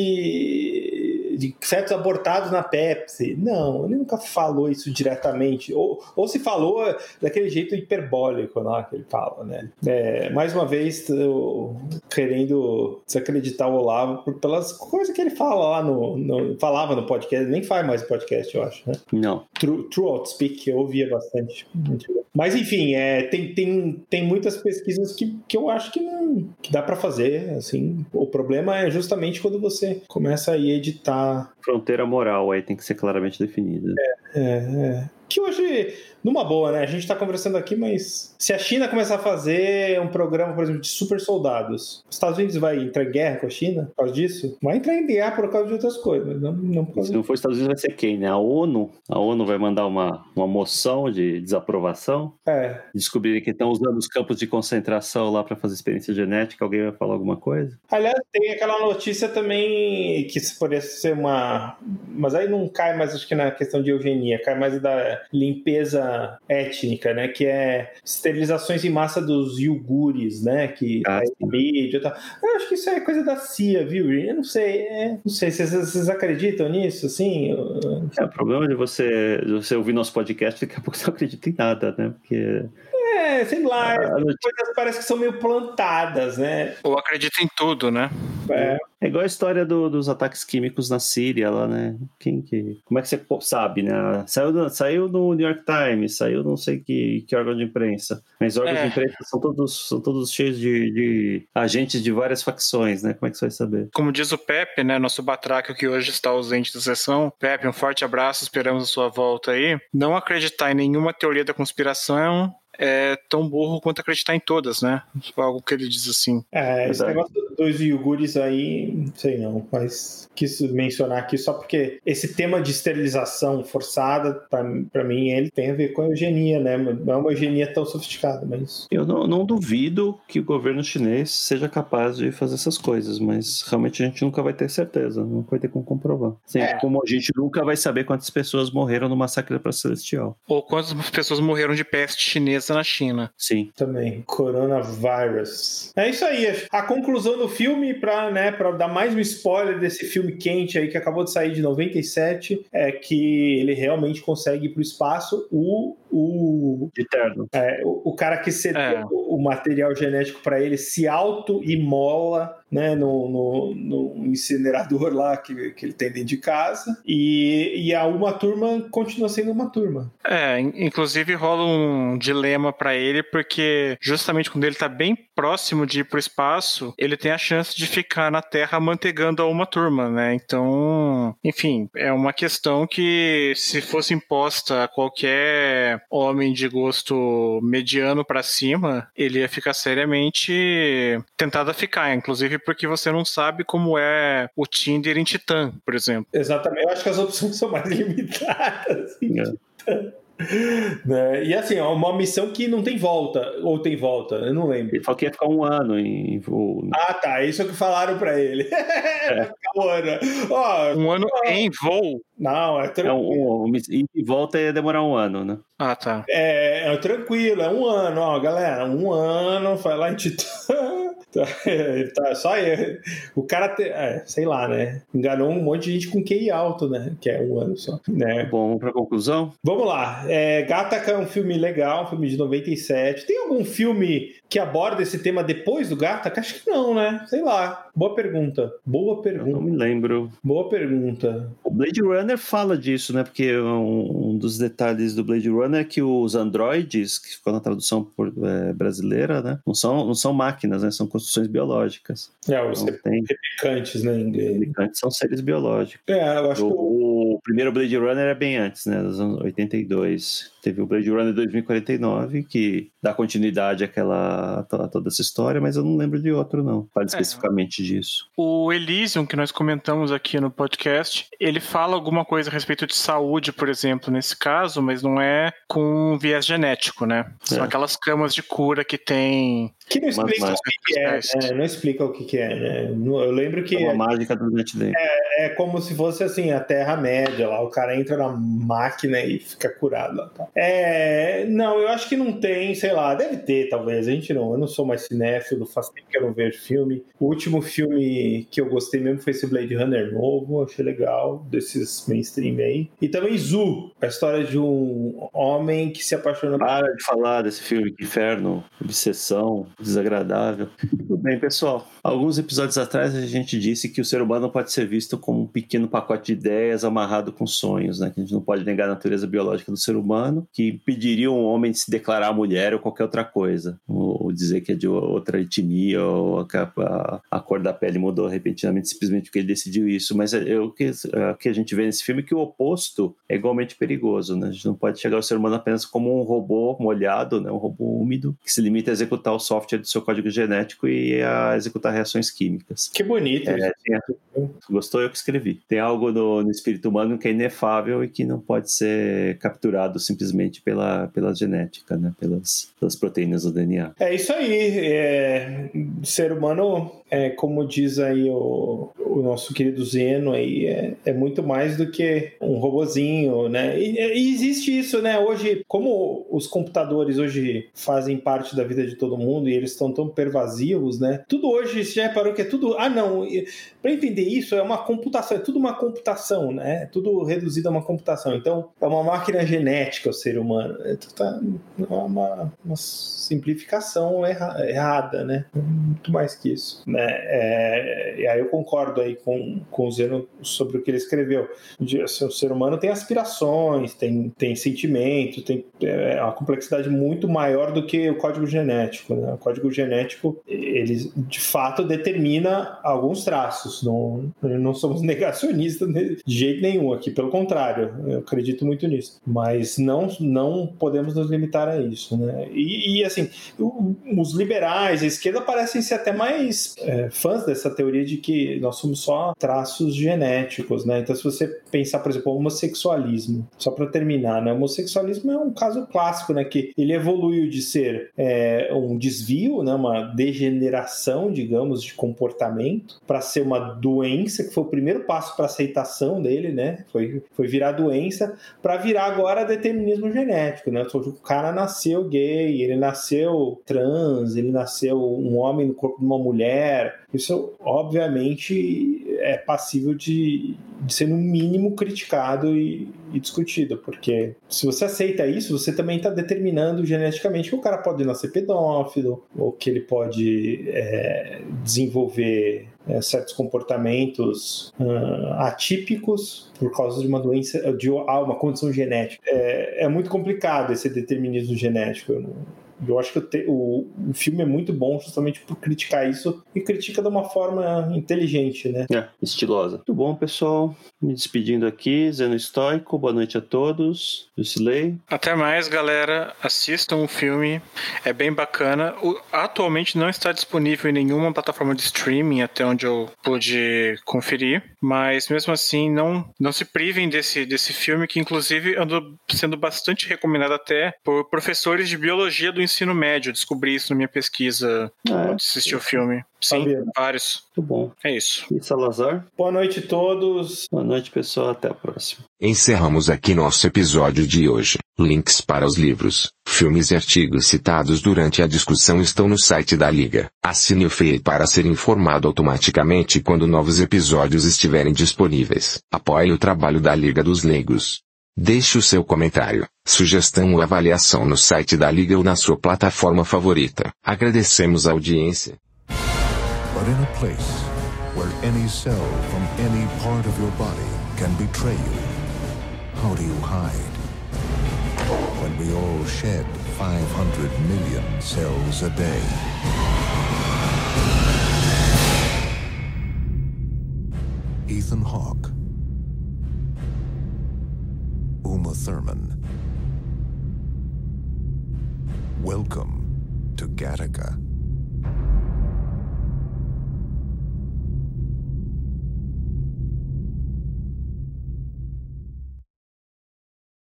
de, de fetos abortados na Pepsi. Não, ele nunca falou isso diretamente. Ou, ou se falou daquele jeito hiperbólico lá que ele fala, né? É, mais uma vez, eu, querendo desacreditar o Olavo pelas coisas que ele fala lá no, no... Falava no podcast, nem faz mais podcast, eu acho, né? Não. True, True Outspeak, eu ouvia bastante. Mas, enfim, é, tem, tem, tem muitas pesquisas que, que eu acho que, não, que dá para fazer, assim. O problema é justamente quando você começa a editar... Fronteira moral aí tem que ser claramente definida. É, é, é. Que hoje, numa boa, né? A gente tá conversando aqui, mas se a China começar a fazer um programa, por exemplo, de super soldados, os Estados Unidos vai entrar em guerra com a China por causa disso? Vai entrar em guerra por causa de outras coisas, não, não por causa... Se não for os Estados Unidos, vai ser quem, né? A ONU? A ONU vai mandar uma, uma moção de desaprovação? É. Descobrirem que estão usando os campos de concentração lá para fazer experiência genética, alguém vai falar alguma coisa? Aliás, tem aquela notícia também que poderia ser uma... Mas aí não cai mais, acho que na questão de eugenia, cai mais da limpeza étnica, né? Que é esterilizações em massa dos iugures, né? Que ah, tá vídeo e tal. Eu acho que isso é coisa da C I A, viu? Eu não sei, é... não sei, vocês, vocês acreditam nisso, assim? É, o problema de você, de você ouvir nosso podcast, daqui a pouco você não acredita em nada, né? Porque... É, sei lá, ah, coisas parece que são meio plantadas, né? Ou acredita em tudo, né? É. É igual a história do, dos ataques químicos na Síria lá, né? Quem que... Como é que você sabe, né? Saiu, saiu no New York Times, saiu não sei que, que órgão de imprensa. Mas órgãos é. de imprensa são todos, são todos cheios de, de agentes de várias facções, né? Como é que você vai saber? Como diz o Pepe, né? Nosso batraco que hoje está ausente da sessão. Pepe, um forte abraço, esperamos a sua volta aí. Não acreditar em nenhuma teoria da conspiração é tão burro quanto acreditar em todas, né? Algo que ele diz assim. É, esse negócio dos iogures aí, não sei não, mas quis mencionar aqui só porque esse tema de esterilização forçada, pra, pra mim, ele tem a ver com a eugenia, né? Não é uma eugenia tão sofisticada, mas... Eu não, não duvido que o governo chinês seja capaz de fazer essas coisas, mas realmente a gente nunca vai ter certeza, nunca vai ter como comprovar. Assim, é. Como a gente nunca vai saber quantas pessoas morreram no massacre da Praça Celestial. Ou quantas pessoas morreram de peste chinesa na China. Sim. Também. Coronavírus. É isso aí. A conclusão do filme, pra, né, pra dar mais um spoiler desse filme quente aí que acabou de sair de noventa e sete, é que ele realmente consegue ir pro espaço. O... o Eterno. É, o, o cara que cedeu é. o material genético pra ele se auto-imola, né, no, no, no incinerador lá que, que ele tem dentro de casa. E, e a uma turma continua sendo uma turma. É, inclusive rola um dilema para ele, porque justamente quando ele tá bem próximo de ir pro espaço, ele tem a chance de ficar na Terra mantegando a uma turma, né? Então, enfim, é uma questão que se fosse imposta a qualquer homem de gosto mediano para cima, ele ia ficar seriamente tentado a ficar, inclusive porque você não sabe como é o Tinder em Titã, por exemplo. Exatamente, eu acho que as opções são mais limitadas em Titã. Né? E assim, é uma missão que não tem volta, ou tem volta, eu não lembro. Ele falou que ia ficar um ano em voo. Né? Ah, tá, isso é o que falaram pra ele. É. um ano. Oh, um ano oh. em voo? Não, é tranquilo. É um, um, e volta ia demorar um ano, né? Ah, tá. É, é tranquilo, é um ano, ó, galera, um ano, vai lá em Titã. Tá, só eu. O cara, te, é, sei lá, né? Enganou um monte de gente com Q I alto, né? Que é um ano só. Né? Bom, vamos pra conclusão? Vamos lá. É, Gattaca é um filme legal, um filme de noventa e sete. Tem algum filme que aborda esse tema depois do Gattaca? Acho que não, né? Sei lá. Boa pergunta. Boa Eu pergunta. não me lembro. Boa pergunta. O Blade Runner fala disso, né? Porque um, um dos detalhes do Blade Runner é que os androides, que ficou na tradução por, é, brasileira, né? Não são, não são máquinas, né? São construções biológicas. É, os Então, tem... replicantes, né, em Os inglês. replicantes são seres biológicos. É, eu acho o, que... o primeiro Blade Runner é bem antes, né? Dos anos oitenta e dois. Teve o Blade Runner dois mil e quarenta e nove, que dá continuidade àquela, a toda essa história, mas eu não lembro de outro, não. Fala especificamente é. disso. O Elysium, que nós comentamos aqui no podcast, ele fala alguma coisa a respeito de saúde, por exemplo, nesse caso, mas não é com viés genético, né? São é. aquelas camas de cura que tem... Que não explica mas, o que, que é, né? Não explica o que, que é, né? Eu lembro que... É uma mágica do NetDay. É, é como se fosse, assim, a Terra-média lá. O cara entra na máquina e fica curado lá. Tá? É... Não, eu acho que não tem, sei lá. Deve ter, talvez. A gente não... Eu não sou mais cinéfilo, faz tempo que eu não vejo filme. O último filme que eu gostei mesmo foi esse Blade Runner novo. Achei legal, desses mainstream aí. E também Zu, a história de um homem que se apaixona... Para de falar desse filme, que inferno, obsessão... desagradável. Tudo bem, pessoal. Alguns episódios atrás a gente disse que o ser humano pode ser visto como um pequeno pacote de ideias amarrado com sonhos, né? Que a gente não pode negar a natureza biológica do ser humano, que impediria um homem de se declarar mulher ou qualquer outra coisa, ou dizer que é de outra etnia, ou a, a, a cor da pele mudou repentinamente simplesmente porque ele decidiu isso. Mas é, o que, é, que a gente vê nesse filme é que o oposto é igualmente perigoso, né? A gente não pode chegar ao ser humano apenas como um robô molhado, né? Um robô úmido, que se limita a executar o software do seu código genético e a executar reações químicas. Que bonito. É, tem, gostou? Eu que escrevi. Tem algo no, no espírito humano que é inefável e que não pode ser capturado simplesmente pela, pela genética, né? Pelas, pelas proteínas do D N A. É isso aí. É, o ser humano, é, como diz aí o, o nosso querido Zeno, aí, é, é muito mais do que um robozinho, né? E, e existe isso, né? Hoje, como os computadores hoje fazem parte da vida de todo mundo e eles estão tão pervasivos, né? Tudo hoje, você já reparou que é tudo... Ah, não, para entender isso é uma computação, é tudo uma computação, né? É tudo reduzido a uma computação. Então, é uma máquina genética o ser humano. É uma, uma simplificação erra, errada, né? Muito mais que isso, né? É, e aí eu concordo aí com, com o Zeno sobre o que ele escreveu. O ser humano tem aspirações, tem, tem sentimento, tem é, uma complexidade muito maior do que o código genético, né? O código genético, ele de fato determina alguns traços. Não, não somos negacionistas de jeito nenhum aqui, pelo contrário, eu acredito muito nisso. Mas não, não podemos nos limitar a isso, né? E, e assim, os liberais, a esquerda parecem ser até mais é, fãs dessa teoria de que nós somos só traços genéticos, né? Então, se você pensar, por exemplo, o homossexualismo, só para terminar, né? O homossexualismo é um caso clássico, né? Que ele evoluiu de ser é, um desvio, né? Uma degeneração, digamos, de comportamento, para ser uma doença, que foi o primeiro passo para a aceitação dele, né? Foi, foi virar doença, para virar agora determinismo genético, né? O cara nasceu gay, ele nasceu trans, ele nasceu um homem no corpo de uma mulher. Isso, obviamente, é passível de, de ser, no mínimo, criticado e, e discutido, porque se você aceita isso, você também está determinando geneticamente que o cara pode nascer pedófilo, ou que ele pode é, desenvolver é, certos comportamentos uh, atípicos por causa de uma doença, de ah, uma condição genética. É, é muito complicado esse determinismo genético. Eu não... Eu acho que eu te, o, o filme é muito bom justamente por criticar isso e critica de uma forma inteligente, né? É, estilosa. Muito bom, pessoal. Me despedindo aqui, Zeno Stoico. Boa noite a todos. Jusilei. Até mais, galera. Assistam o filme. É bem bacana. O, atualmente não está disponível em nenhuma plataforma de streaming, até onde eu pude conferir. Mas, mesmo assim, não, não se privem desse, desse filme, que inclusive andou sendo bastante recomendado até por professores de biologia do ensino médio. Descobri isso na minha pesquisa quando é. assisti o filme. Sim, Sabia. vários. Muito bom. É isso. E Salazar? Boa noite a todos. Boa noite, pessoal. Até a próxima. Encerramos aqui nosso episódio de hoje. Links para os livros, filmes e artigos citados durante a discussão estão no site da Liga. Assine o feed para ser informado automaticamente quando novos episódios estiverem disponíveis. Apoie o trabalho da Liga dos Leigos. Deixe o seu comentário, sugestão ou avaliação no site da Liga ou na sua plataforma favorita. Agradecemos a audiência. But in a place where any cell from any part of your body can betray you. How do you hide? When we all shed five hundred million cells a day. Ethan Hawke. Uma Thurman. Welcome to Gattaca.